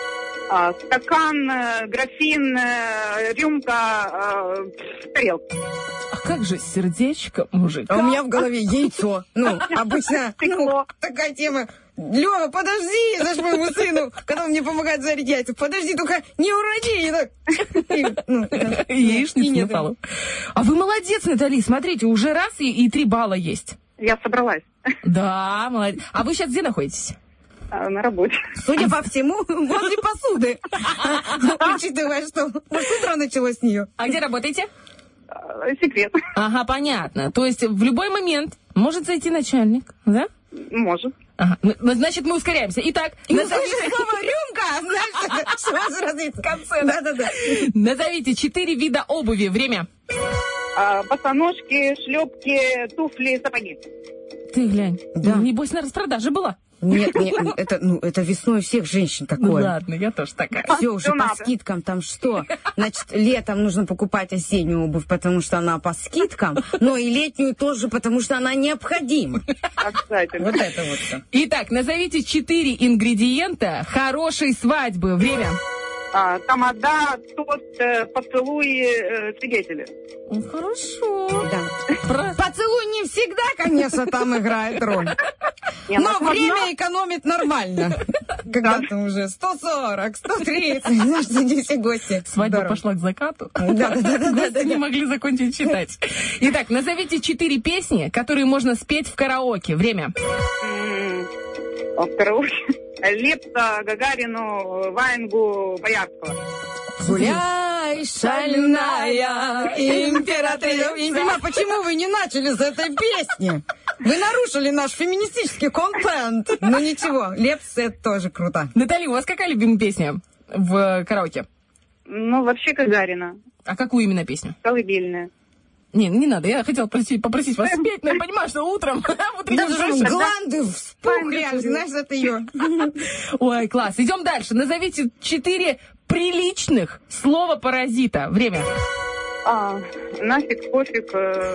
А, стакан, э, графин, э, рюмка, э, тарелка. А как же сердечко, мужик? А у меня в голове яйцо. Ну, обычно ну, такая тема. Лёва, подожди, знаешь, моему сыну, когда он мне помогает зарить яйца, подожди, только не уроди. И так, и, ну, да. Яичница на полу. А вы молодец, Натали, смотрите, уже раз и, и три балла есть. Я собралась. Да, молодец. А вы сейчас где находитесь? А, на работе. Судя по всему, возле посуды. Учитывая, что утро началось с нее. А где работаете? А, секрет. Ага, понятно. То есть в любой момент может зайти начальник, да? Может. Ага. Ну, значит, мы ускоряемся. Итак, И назовите... услышишь слово «рюмка», знаешь, сразу разится в конце. Да-да-да. Назовите четыре вида обуви. Время. А, босоножки, шлепки, туфли, сапоги. Ты глянь. Да. Небось, на распродаже была. Нет, нет, это, ну, это весной всех женщин такое. Ну ладно, я тоже такая. Все уже по скидкам, там что? Значит, летом нужно покупать осеннюю обувь, потому что она по скидкам, но и летнюю тоже, потому что она необходима. Обязательно. Вот это вот все. Итак, назовите четыре ингредиента хорошей свадьбы. Время. А, тамада, тост, э, поцелуй, э, свидетели. Хорошо. Да. Про- Поцелуй не всегда, конечно, там играет роль. Не, Но ну, время экономит нормально. Когда ты уже сто сорок, сто тридцать, знаешь, среди все гости. Свадьба Здорово. пошла к закату. Да, да, да, да, да, Не да. могли закончить читать. Итак, назовите четыре песни, которые можно спеть в караоке. Время. М, а, караоке. Лепса, Гагарину, Ваенгу, Боярского. Гуляй, шальная императрица. Я не понимаю, почему вы не начали с этой песни? Вы нарушили наш феминистический контент. Ну ничего, Лепс это тоже круто. Наталья, у вас какая любимая песня в караоке? Ну, вообще Гагарина. А какую именно песню? Колыбельная. Не, не надо, я хотела попросить, попросить вас спеть, но я понимаю, что утром в утреннем Даже шоу- гланды вспухли, аж, знаешь, от ее. Ой, класс. Идем дальше. Назовите четыре приличных слова-паразита. Время. А, нафиг, пофиг. э,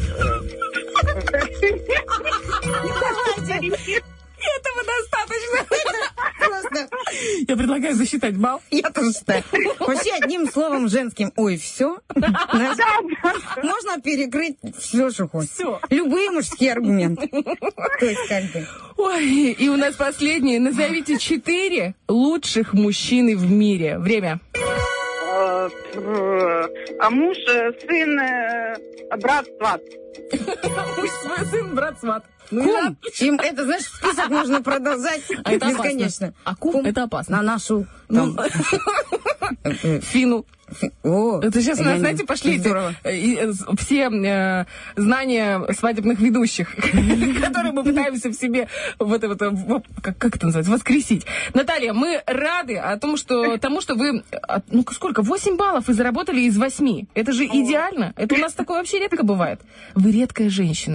Этого достаточно. Просто Я предлагаю засчитать балл. я тоже считаю. Вообще одним словом женским. Ой, все. Можно перекрыть все, что хочешь. Всё. Любые мужские аргументы. То есть как бы. Ой, и у нас последнее. Назовите четыре лучших мужчины в мире. Время. э, э, А муж, э, сын, э, брат, сват. Муж, свой сын, брат, сват. Ну, и Кум. ладно. Им это, знаешь, список можно продолжать А это бесконечно. опасно. А кум это опасно. На нашу там, э, Фину. фи- О, Это сейчас у я нас, не- знаете, пошли эти, здорово. э, и, э, с- все э, знания свадебных ведущих, которые мы пытаемся в себе вот это вот, э, в- как, как это называется, воскресить. Наталья, мы рады о том, что тому, что вы, а, ну сколько, восемь баллов и заработали из восьми. Это же идеально. Это у нас такое вообще редко бывает. Вы редкая женщина.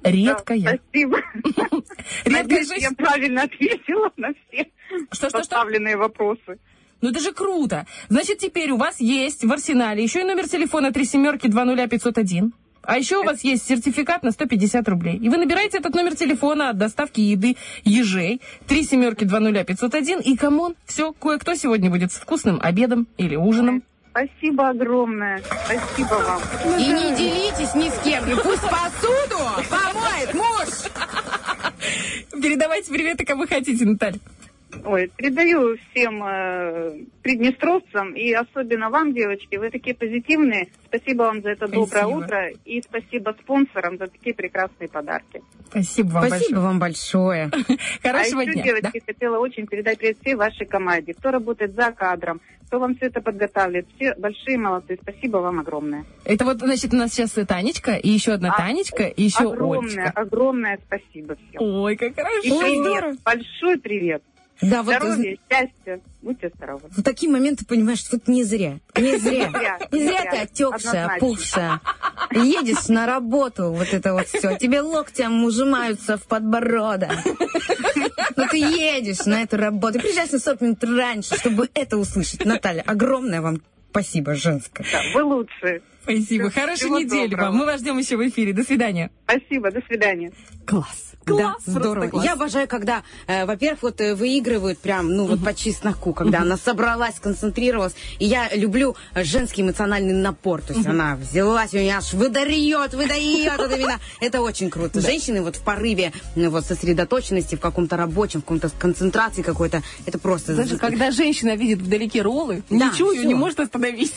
Редкая. Да, спасибо. Редкая жизнь. Я правильно ответила на все что, что, поставленные что? вопросы. Ну это же круто. Значит, теперь у вас есть в арсенале еще и номер телефона три семерки два нуля пятьсот один. А еще у вас есть сертификат на сто пятьдесят рублей. И вы набираете этот номер телефона от доставки еды Ежей. три семерки два нуля пятьсот один. И, камон, все, кое-кто сегодня будет с вкусным обедом или ужином. Спасибо огромное. Спасибо вам. И не делитесь ни с кем. И пусть посуду помоет муж. Передавайте приветы, кому хотите, Наталья. Ой, передаю всем э, приднестровцам и особенно вам, девочки. Вы такие позитивные. Спасибо вам за это спасибо. Доброе утро. И спасибо спонсорам за такие прекрасные подарки. Спасибо вам спасибо большое. вам большое. Хорошего а еще, дня. девочки, Да? хотела очень передать привет всей вашей команде. Кто работает за кадром, кто вам все это подготавливает. Все большие молодцы. Спасибо вам огромное. Это вот, значит, у нас сейчас Танечка, и еще одна а, Танечка, и еще огромное, Олечка. Огромное спасибо всем. Ой, как хорошо. И привет. Большой привет. Да, здоровья, вот, счастья, будьте здоровы. В такие моменты понимаешь, что вот не зря. Не зря. Не зря ты отекшая, опухшая. Едешь на работу, вот это вот все. Тебе локтем ужимаются в подбородок. Но ты едешь на эту работу. Приезжаешь на сорок минут раньше, чтобы это услышать. Наталья, огромное вам спасибо женское. Да, вы лучшие. Спасибо. Хорошей Всего недели доброго. вам. Мы вас ждем еще в эфире. До свидания. Спасибо, до свидания. Класс. Класс, да, здорово. Класс. Я обожаю, когда, э, во-первых, вот э, выигрывают прям, ну, вот по чесноку, когда она собралась, сконцентрировалась. И я люблю женский эмоциональный напор. То есть она взялась, у меня аж выдает, выдает это вина. Это очень круто. Женщины вот в порыве ну, вот сосредоточенности в каком-то рабочем, в каком-то концентрации какой-то, это просто... Даже когда женщина видит вдалеке роллы, да, ничего все. ее не может остановить.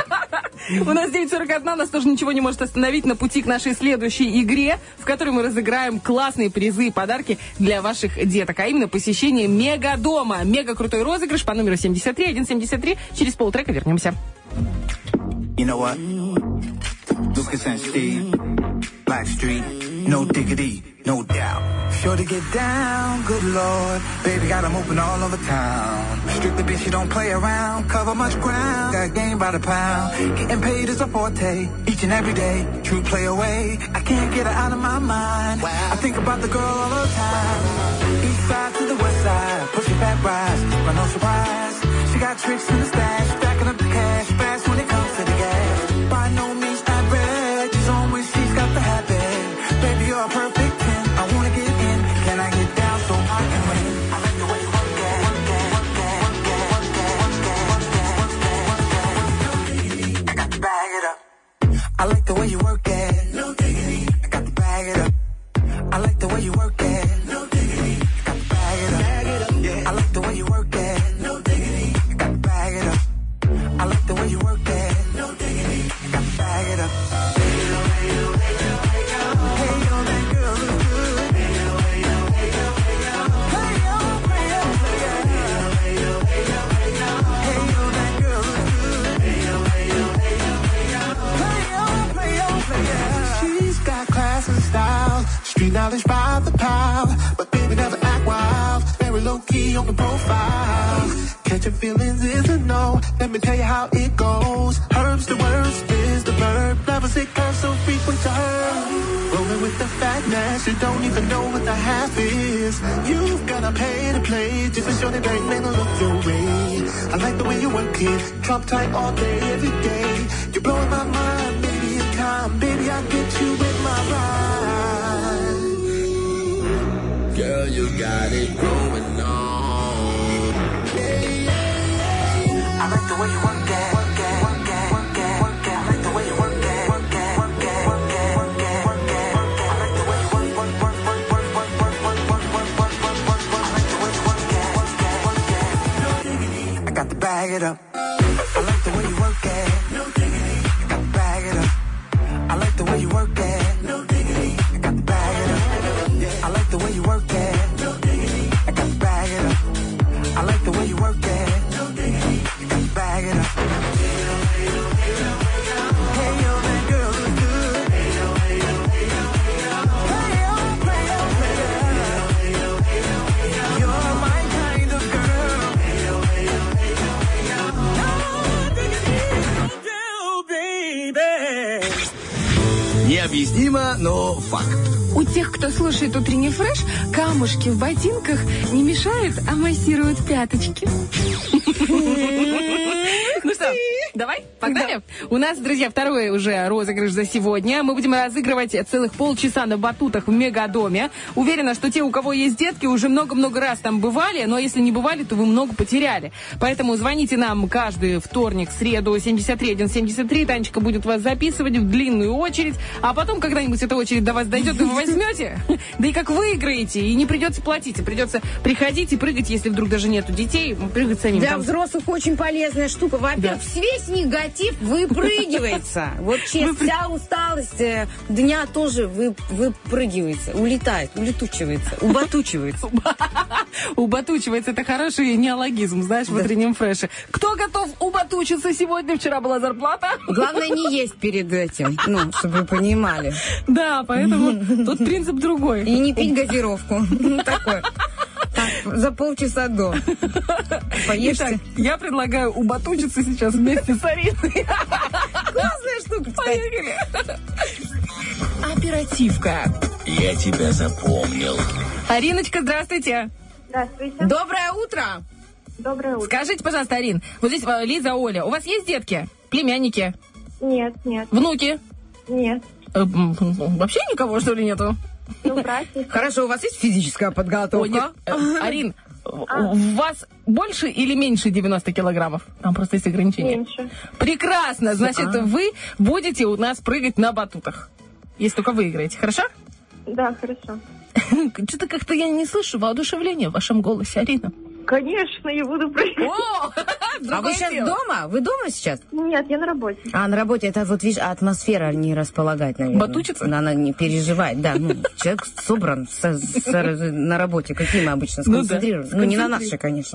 У нас девять сорок один, нас тоже ничего не может остановить на пути к нашей следующей игре, в которой мы разыграем классные призы и подарки для ваших деток, а именно посещение Мегадома. Мега крутой розыгрыш по номеру семьдесят три сто семьдесят три. Через полтрека вернемся. You know what? Lucas and Steve, Black Street, no diggity, no doubt. Sure to get down, good lord. Baby got 'em open all over town. Strictly bitch, you don't play around. Cover much ground, got game by the pound. Getting paid is a forte, each and every day. True play away, I can't get her out of my mind. I think about the girl all the time. East side to the west side, pushing back rise, but no surprise. She got tricks in the stash, stacking up the cash, fast when it comes to the gas. By no means average, she's on when she's got the habit. Baby, you're a perfect ten, I wanna get in. Can I get down so I can win? I like the way you work it, work it, work it, work it, work it, work it, work it, work it, work it. I got to bag it up. I like the way you work it. No diggity. I got to bag it up. I like the way you work it. No diggity. I got to bag it up. Bag it up. Yeah. I like the way you work it. No diggity. I got to bag it up. I like the way you work it. No diggity. I got to bag it up. Street knowledge by the pound, but baby never act wild. Very low key on the profile. Catching feelings is a no. Let me tell you how it goes. Herbs the worst, is the verb. Never sick, curve so frequent to her. Rolling with the fatness, you don't even know what the half is. You've gotta pay to play just to show that they may not look your way. I like the way you work it, drop tight all day, every day. You're blowing my mind, baby, in time, baby, I get you with my ride. Girl, you got it going on. Yeah, yeah, yeah. I like the way you work it, work it, work it, work it, work it. I like the way you work it, work it, work it, work it, work it, work it, work it. I like the way you work, work, work, work, work, work, work, work, work, work, work, work, work, work. I like the way you work it, work it, work it. No diggity. I got to bag it up. I like the way you work it. No diggity. I got to bag it up. I like the way you work it. No diggity. I got to bag it up. I like the way you work it. No diggity. I got to bag it up. I like the way you work it. No diggity. I got to bag it up. Hey yo, that girl is good. Hey yo, hey yo, hey yo, hey yo. Hey yo, play yo, play yo. You're my kind of girl. Hey yo, hey yo, hey yo, hey yo. No diggity, no, baby. Не Объяснимо, но факт. У тех, кто слушает утренний фреш, камушки в ботинках не мешают, а массируют пяточки. Ну что, давай, погнали? У нас, друзья, второй уже розыгрыш за сегодня. Мы будем разыгрывать целых полчаса на батутах в Мегадоме. Уверена, что те, у кого есть детки, уже много-много раз там бывали, но если не бывали, то вы много потеряли. Поэтому звоните нам каждый вторник, среду, семьдесят три один семьдесят три. Танечка будет вас записывать в длинную очередь, а потом когда-нибудь эта очередь до вас дойдет, и вы возьмете, да и как выиграете, и не придется платить, и придется приходить и прыгать, если вдруг даже нету детей, прыгать самим. Для там. взрослых очень полезная штука. Во-первых, Да. весь негатив выпрыгивается. Вот честно, вся усталость э, дня тоже вы, выпрыгивается, улетает, улетучивается, убатучивается. Убатучивается, это хороший неологизм, знаешь, в утреннем фреше. Кто готов убатучиться сегодня? Вчера была зарплата. Главное не есть перед этим, ну, чтобы вы понимали. Да, поэтому тут принцип другой. И не пить газировку. Ну, такое. Так, за полчаса до. Поешьте. Итак, я предлагаю убатучиться сейчас вместе с Ариной. Классная штука, кстати. Поехали. Оперативка. Я тебя запомнил. Ариночка, здравствуйте. Здравствуйте. Доброе утро. Доброе утро. Скажите, пожалуйста, Арин, вот здесь э, Лиза, Оля, у вас есть детки? Племянники? Нет, нет, Внуки? нет. Э, м, м, Вообще никого, что ли, нету? Ну, братья. Хорошо, у вас есть физическая Ой, подготовка? нет. Э, Арин, у вас больше или меньше девяносто килограммов? Там просто есть ограничения. Меньше. Прекрасно, значит, А. вы будете у нас прыгать на батутах. Если только выиграете, хорошо? Да, хорошо. Что-то как-то я не слышу воодушевления в вашем голосе, Арина. Конечно, я буду прыгать. О, А вы сейчас дома? Вы дома сейчас? Нет, я на работе. А, на работе это вот, видишь, атмосфера не располагает, наверное. Батучится? Она не переживает, да. Ну, человек собран с- с- на работе. Какие мы обычно? Ну да, Сконцентрированы. Ну, не на сконцентри- наши, конечно.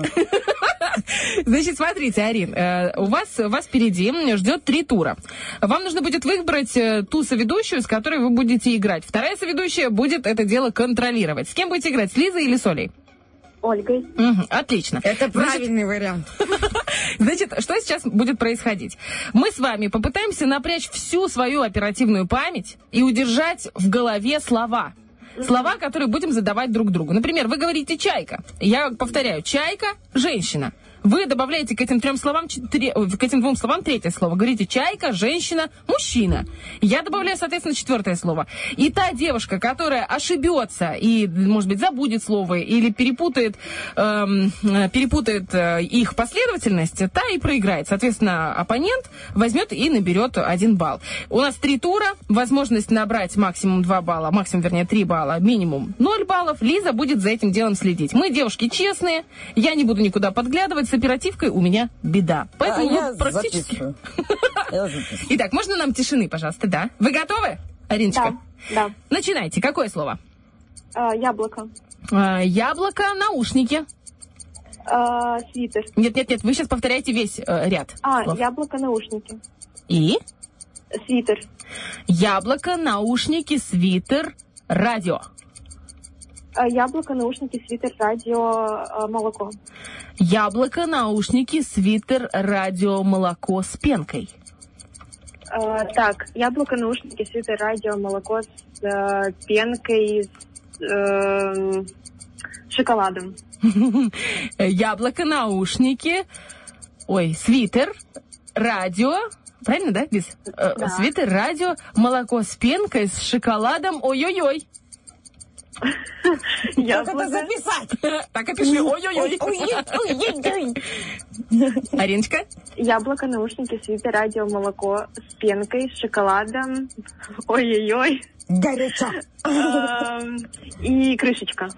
Значит, смотрите, Арин, э, у вас, вас впереди ждет три тура. Вам нужно будет выбрать э, ту соведущую, с которой вы будете играть. Вторая соведущая будет это дело контролировать. С кем будете играть, с Лизой или с Олей? Ольгой. Мгм, отлично. Это Значит, правильный вариант. Значит, что сейчас будет происходить? Мы с вами попытаемся напрячь всю свою оперативную память и удержать в голове слова. Слова, которые будем задавать друг другу. Например, вы говорите «чайка». Я повторяю «чайка», «женщина». Вы добавляете к этим трем словам, четыре, к этим двум словам третье слово. Говорите «чайка», «женщина», «мужчина». Я добавляю, соответственно, четвертое слово. И та девушка, которая ошибется и, может быть, забудет слово или перепутает, эм, перепутает э, их последовательность, та и проиграет. Соответственно, оппонент возьмет и наберет один балл. У нас три тура, возможность набрать максимум два балла, максимум, вернее, три балла, минимум ноль баллов. Лиза будет за этим делом следить. Мы, девушки, честные, я не буду никуда подглядывать, с оперативкой у меня беда. Поэтому А я вы практически... записываю. Я записываю. Итак, можно нам тишины, пожалуйста, да? Вы готовы, Ариночка? Да, да. Начинайте. Какое слово? А, яблоко. А, яблоко, наушники. А, свитер. Нет-нет-нет, вы сейчас повторяете весь э, ряд А, слов. яблоко, наушники. И? Свитер. Яблоко, наушники, свитер, радио. А, яблоко, наушники, свитер, радио, а, молоко. Яблоко, наушники, свитер, радио, молоко с пенкой. А, так, яблоко, наушники, свитер, радио, молоко с э, пенкой, с э, шоколадом. Яблоко, наушники, ой, свитер, радио. Правильно, да, Лиз? Э, Да. Свитер, радио, молоко с пенкой, с шоколадом. Ой-ой-ой. Как это записать? Так и пиши. Ой-ой-ой. Ариночка? Яблоко, наушники, свитер, радио, молоко с пенкой, с шоколадом. Ой-ой-ой. Горячо. Эм, И крышечка.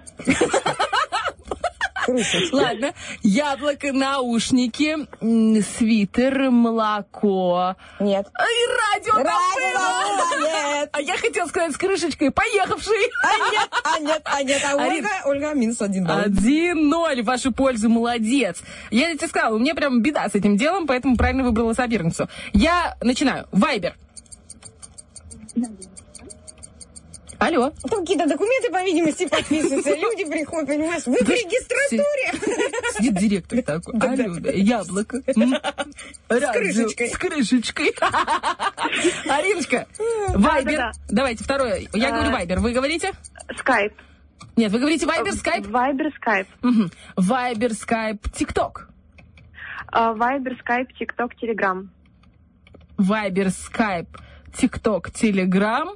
Ладно. Яблоко, наушники, м, свитер, молоко. Нет. И радио там Радио, было. нет. А я хотела сказать с крышечкой поехавший. А нет, а нет, а нет. А Арин. Ольга, Ольга минус один балл. Один ноль в вашу пользу, молодец. Я тебе сказала, у меня прям беда с этим делом, поэтому правильно выбрала соперницу. Я начинаю. Вайбер. Алло. Там какие-то документы, по видимости, подписываются. Люди приходят, понимаешь, вы в регистратуре. Сидит директор такой. Алло, яблоко. С крышечкой. С крышечкой. Ариночка, Вайбер. Давайте, второе. Я говорю Вайбер. Вы говорите? Скайп. Нет, вы говорите Вайбер, Скайп? Вайбер, Скайп. Вайбер, Скайп, ТикТок. Вайбер, Скайп, ТикТок, Телеграм. Вайбер, Скайп, ТикТок, Телеграм.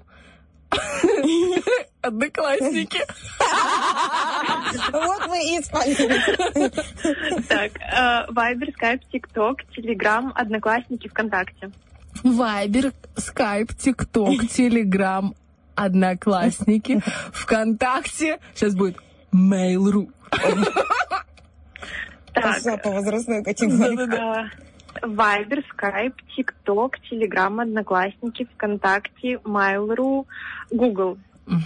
Одноклассники. Вот мы и спали. Так, Вайбер, Скайп, ТикТок, Телеграм, Одноклассники, ВКонтакте. Вайбер, Скайп, ТикТок, Телеграм, Одноклассники, ВКонтакте. Сейчас будет Mail.ru. Так, по возрастной категории. Вайбер, Скайп, ТикТок, Телеграм, Одноклассники, ВКонтакте, Mail.ru, Google.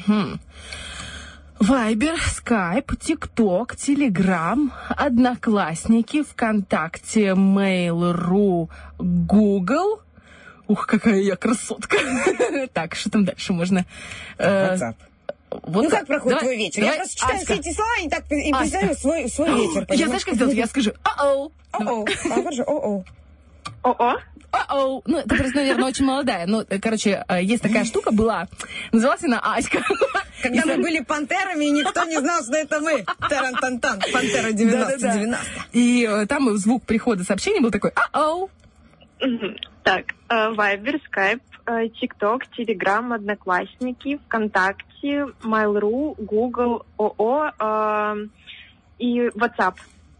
Вайбер, Скайп, ТикТок, Телеграм, Одноклассники, ВКонтакте, Mail.ru, Google. Ух, какая я красотка. Так, что там дальше можно? WhatsApp. Вот ну, так. как проходит Давай, твой вечер? Давай, я просто читаю Аська. все эти слова и так и представляю свой, свой вечер. Я знаешь, как сделать? Я скажу «О-оу». О-оу. А хорошо, о-оу. О-о? О-оу. Ну, ты просто, наверное, очень молодая. Ну, короче, есть такая штука была. Называлась она Аська. Когда мы были пантерами, и никто не знал, что это мы. Таран-тан-тан. Пантера девяносто девяносто. И там звук прихода сообщения был такой «О-оу». Так, Вайбер, Скайп, ТикТок, Телеграм, Одноклассники, ВКонтакте, Mail.ru, Google, ООО и WhatsApp.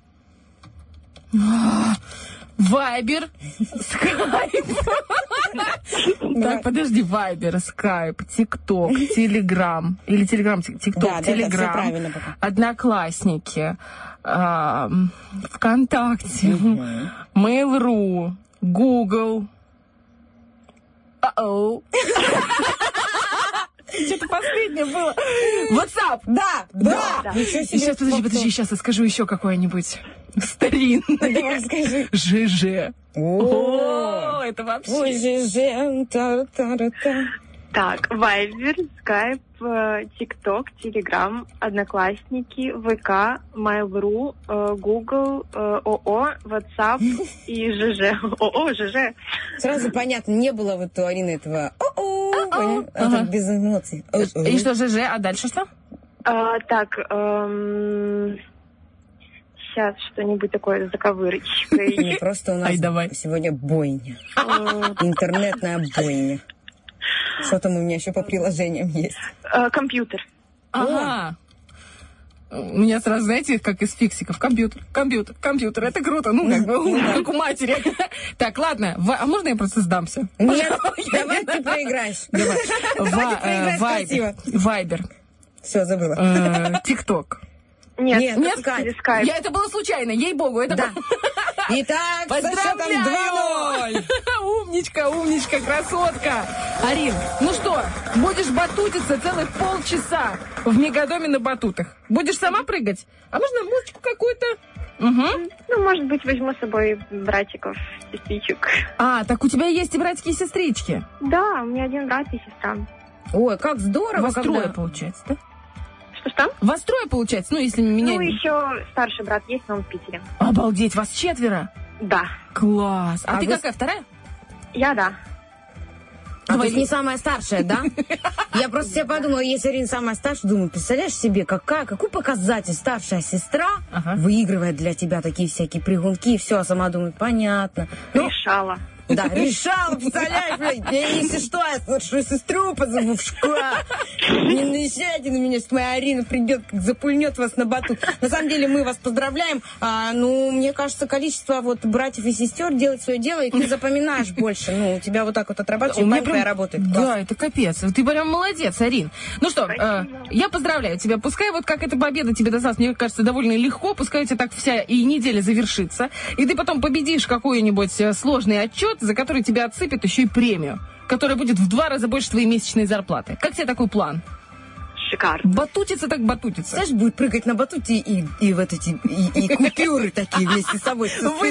Вайбер, Скайп. Так, подожди, Вайбер, Скайп, ТикТок, Телеграм. Или Телеграм, ТикТок, Телеграм. Одноклассники, ВКонтакте, Mail.ru, Google. Uh-oh. Что-то последнее было. WhatsApp. Да, да. да. Сейчас, подожди, подожди, сейчас я скажу еще какое-нибудь старинное. Давай скажи. ЖЖ. О, это вообще. Ой, ЖЖ. Так, Вайбер, Скайп, ТикТок, Телеграм, Одноклассники, ВК, Mail.ru, Google, ООО, WhatsApp и ЖЖ. ООО, ЖЖ. Сразу понятно, не было вот у Арины этого ООО. Это без эмоций. И что ЖЖ, а дальше что? Так, сейчас что-нибудь такое с заковырочкой. Не просто у нас сегодня бойня. Интернетная бойня. Что там у меня еще по приложениям есть? Uh, компьютер. Ага. У меня сразу, знаете, как из фиксиков. Компьютер, компьютер, компьютер. Это круто. Ну, как бы, как у матери. Так, ладно. А можно я просто сдамся? Нет, давай ты проиграешь. Давай. Вайбер. Все, забыла. ТикТок. Нет, нет, нет, скайп. Я это было случайно, ей-богу, это да. было... Итак, поздравляю! два ноль! Умничка, умничка, красотка! Арин, ну что, будешь батутиться целых полчаса в мегадоме на батутах? Будешь сама прыгать? А можно музычку какую-то? Угу. Ну, может быть, возьму с собой братиков, сестричек. А, так у тебя есть и братики, и сестрички? Да, у меня один брат и сестра. Ой, как здорово! Вас когда... трое, получается, да? Что-что? Вас трое, получается, ну, если меня... Ну, еще старший брат есть, но он в Питере. Обалдеть, вас четверо? Да. Класс. А, а ты вы... какая, вторая? Я, да. А Твой... ты не самая старшая, да? Я просто себе подумала, если Ирина самая старшая, думаю, представляешь себе, какая, какой показатель старшая сестра выигрывает для тебя такие всякие пригунки и все, а сама думаю, понятно. Решала. Да, решала, представляешь, блядь, я, если что, я старшую сестру позову в школу. Не наезжайте на меня, что моя Арина придет, запульнет вас на батут. На самом деле мы вас поздравляем. А, ну, мне кажется, количество вот братьев и сестер делает свое дело, и ты запоминаешь больше. Ну, у тебя вот так вот отрабатывает, и память твоя работает. Да, класс. Это капец. Ты прям молодец, Арин. Ну что, э, я поздравляю тебя. Пускай вот как эта победа тебе досталась, мне кажется, довольно легко. Пускай у тебя так вся и неделя завершится. И ты потом победишь какой-нибудь сложный отчет, за который тебя отсыпят еще и премию, которая будет в два раза больше твоей месячной зарплаты. Как тебе такой план? Шикарно. Батутится так батутится. Знаешь, будет прыгать на батуте и, и, и, вот эти, и, и купюры такие вместе с собой. Вылетать!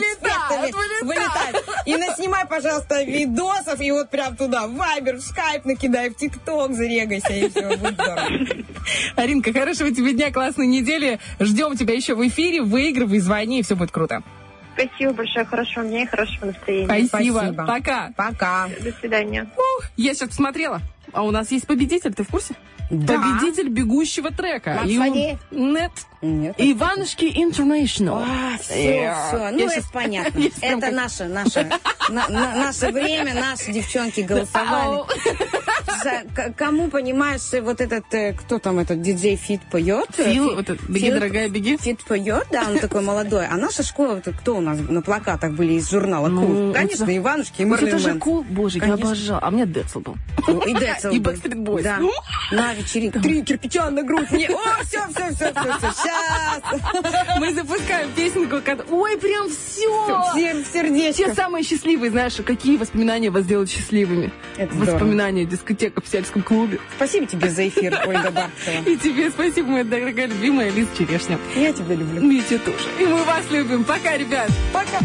просто вылетать. И наснимай, пожалуйста, видосов, и вот прям туда, в Вайбер, в Скайп накидай, в ТикТок зарегайся, и все, будет здорово. Аринка, хорошего тебе дня, классной недели. Ждем тебя еще в эфире, выигрывай, звони, и все будет круто. Спасибо большое, хорошего дня и хорошего настроения. Спасибо. Спасибо. Пока. Пока. До свидания. Ух, я сейчас посмотрела, а у нас есть победитель, ты в курсе? Да. Победитель бегущего трека. Макс И он- Фадеев? Нет. Нет. Иванушки International. А, все, Yeah. все. Ну, Я это щас- понятно. я прям Это как- наше, наше, на- на- наше время, наши девчонки голосовали. За- к- кому, понимаешь, вот этот, э, кто там, этот диджей Фит поет? Фил, Фи- вот этот, «Беги, Фил- дорогая, беги». Фит поет, да, он такой молодой. А наша школа, вот кто у нас на плакатах были из журнала Ну, Cool? Конечно, это- Иванушки и Вот Мерлин это же Мэн. кул. Боже, я Конечно. обожал. А у меня Децл был. И Децл И был. Backstreet Boys. Да. Ну. На вечеринке. Три кирпича на грудь. Мне... О, все, все, все, все, все. Сейчас. Мы запускаем песенку, когда... Ой, прям все! Всем сердечко. Все самые счастливые, знаешь, какие воспоминания вас делают счастливыми? Это здорово. Воспоминания дискотека в сельском клубе. Спасибо тебе за эфир, Ольга Бархатова. И тебе спасибо, моя дорогая любимая Лиза Черешня. Я тебя люблю. И тебя тоже. И мы вас любим. Пока, ребят. Пока.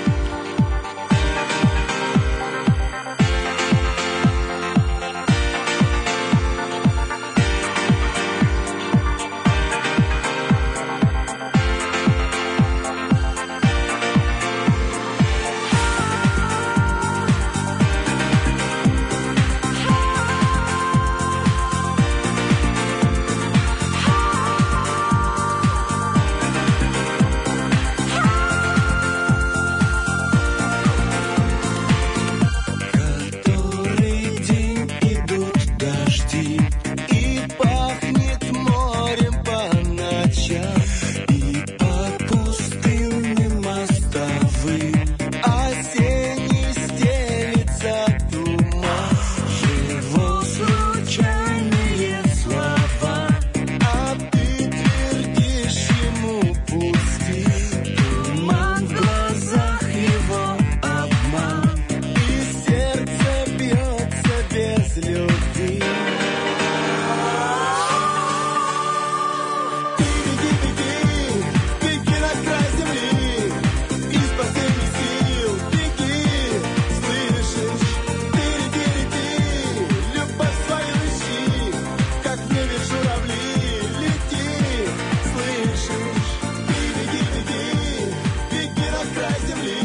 Который день идут дожди, и пахнет морем по ночам, и по пустынным мостовым осенний стелится туман. Его случайные слова, а ты твердишь ему пусти. Туман в глазах его обман, и сердце бьется без любви. Ты беги, беги, беги на край земли, из последних сил беги, слышишь? Ты лети, лети, любовь свою ищи, как в небе журавли, лети, слышишь? Ты беги, беги, беги на край земли.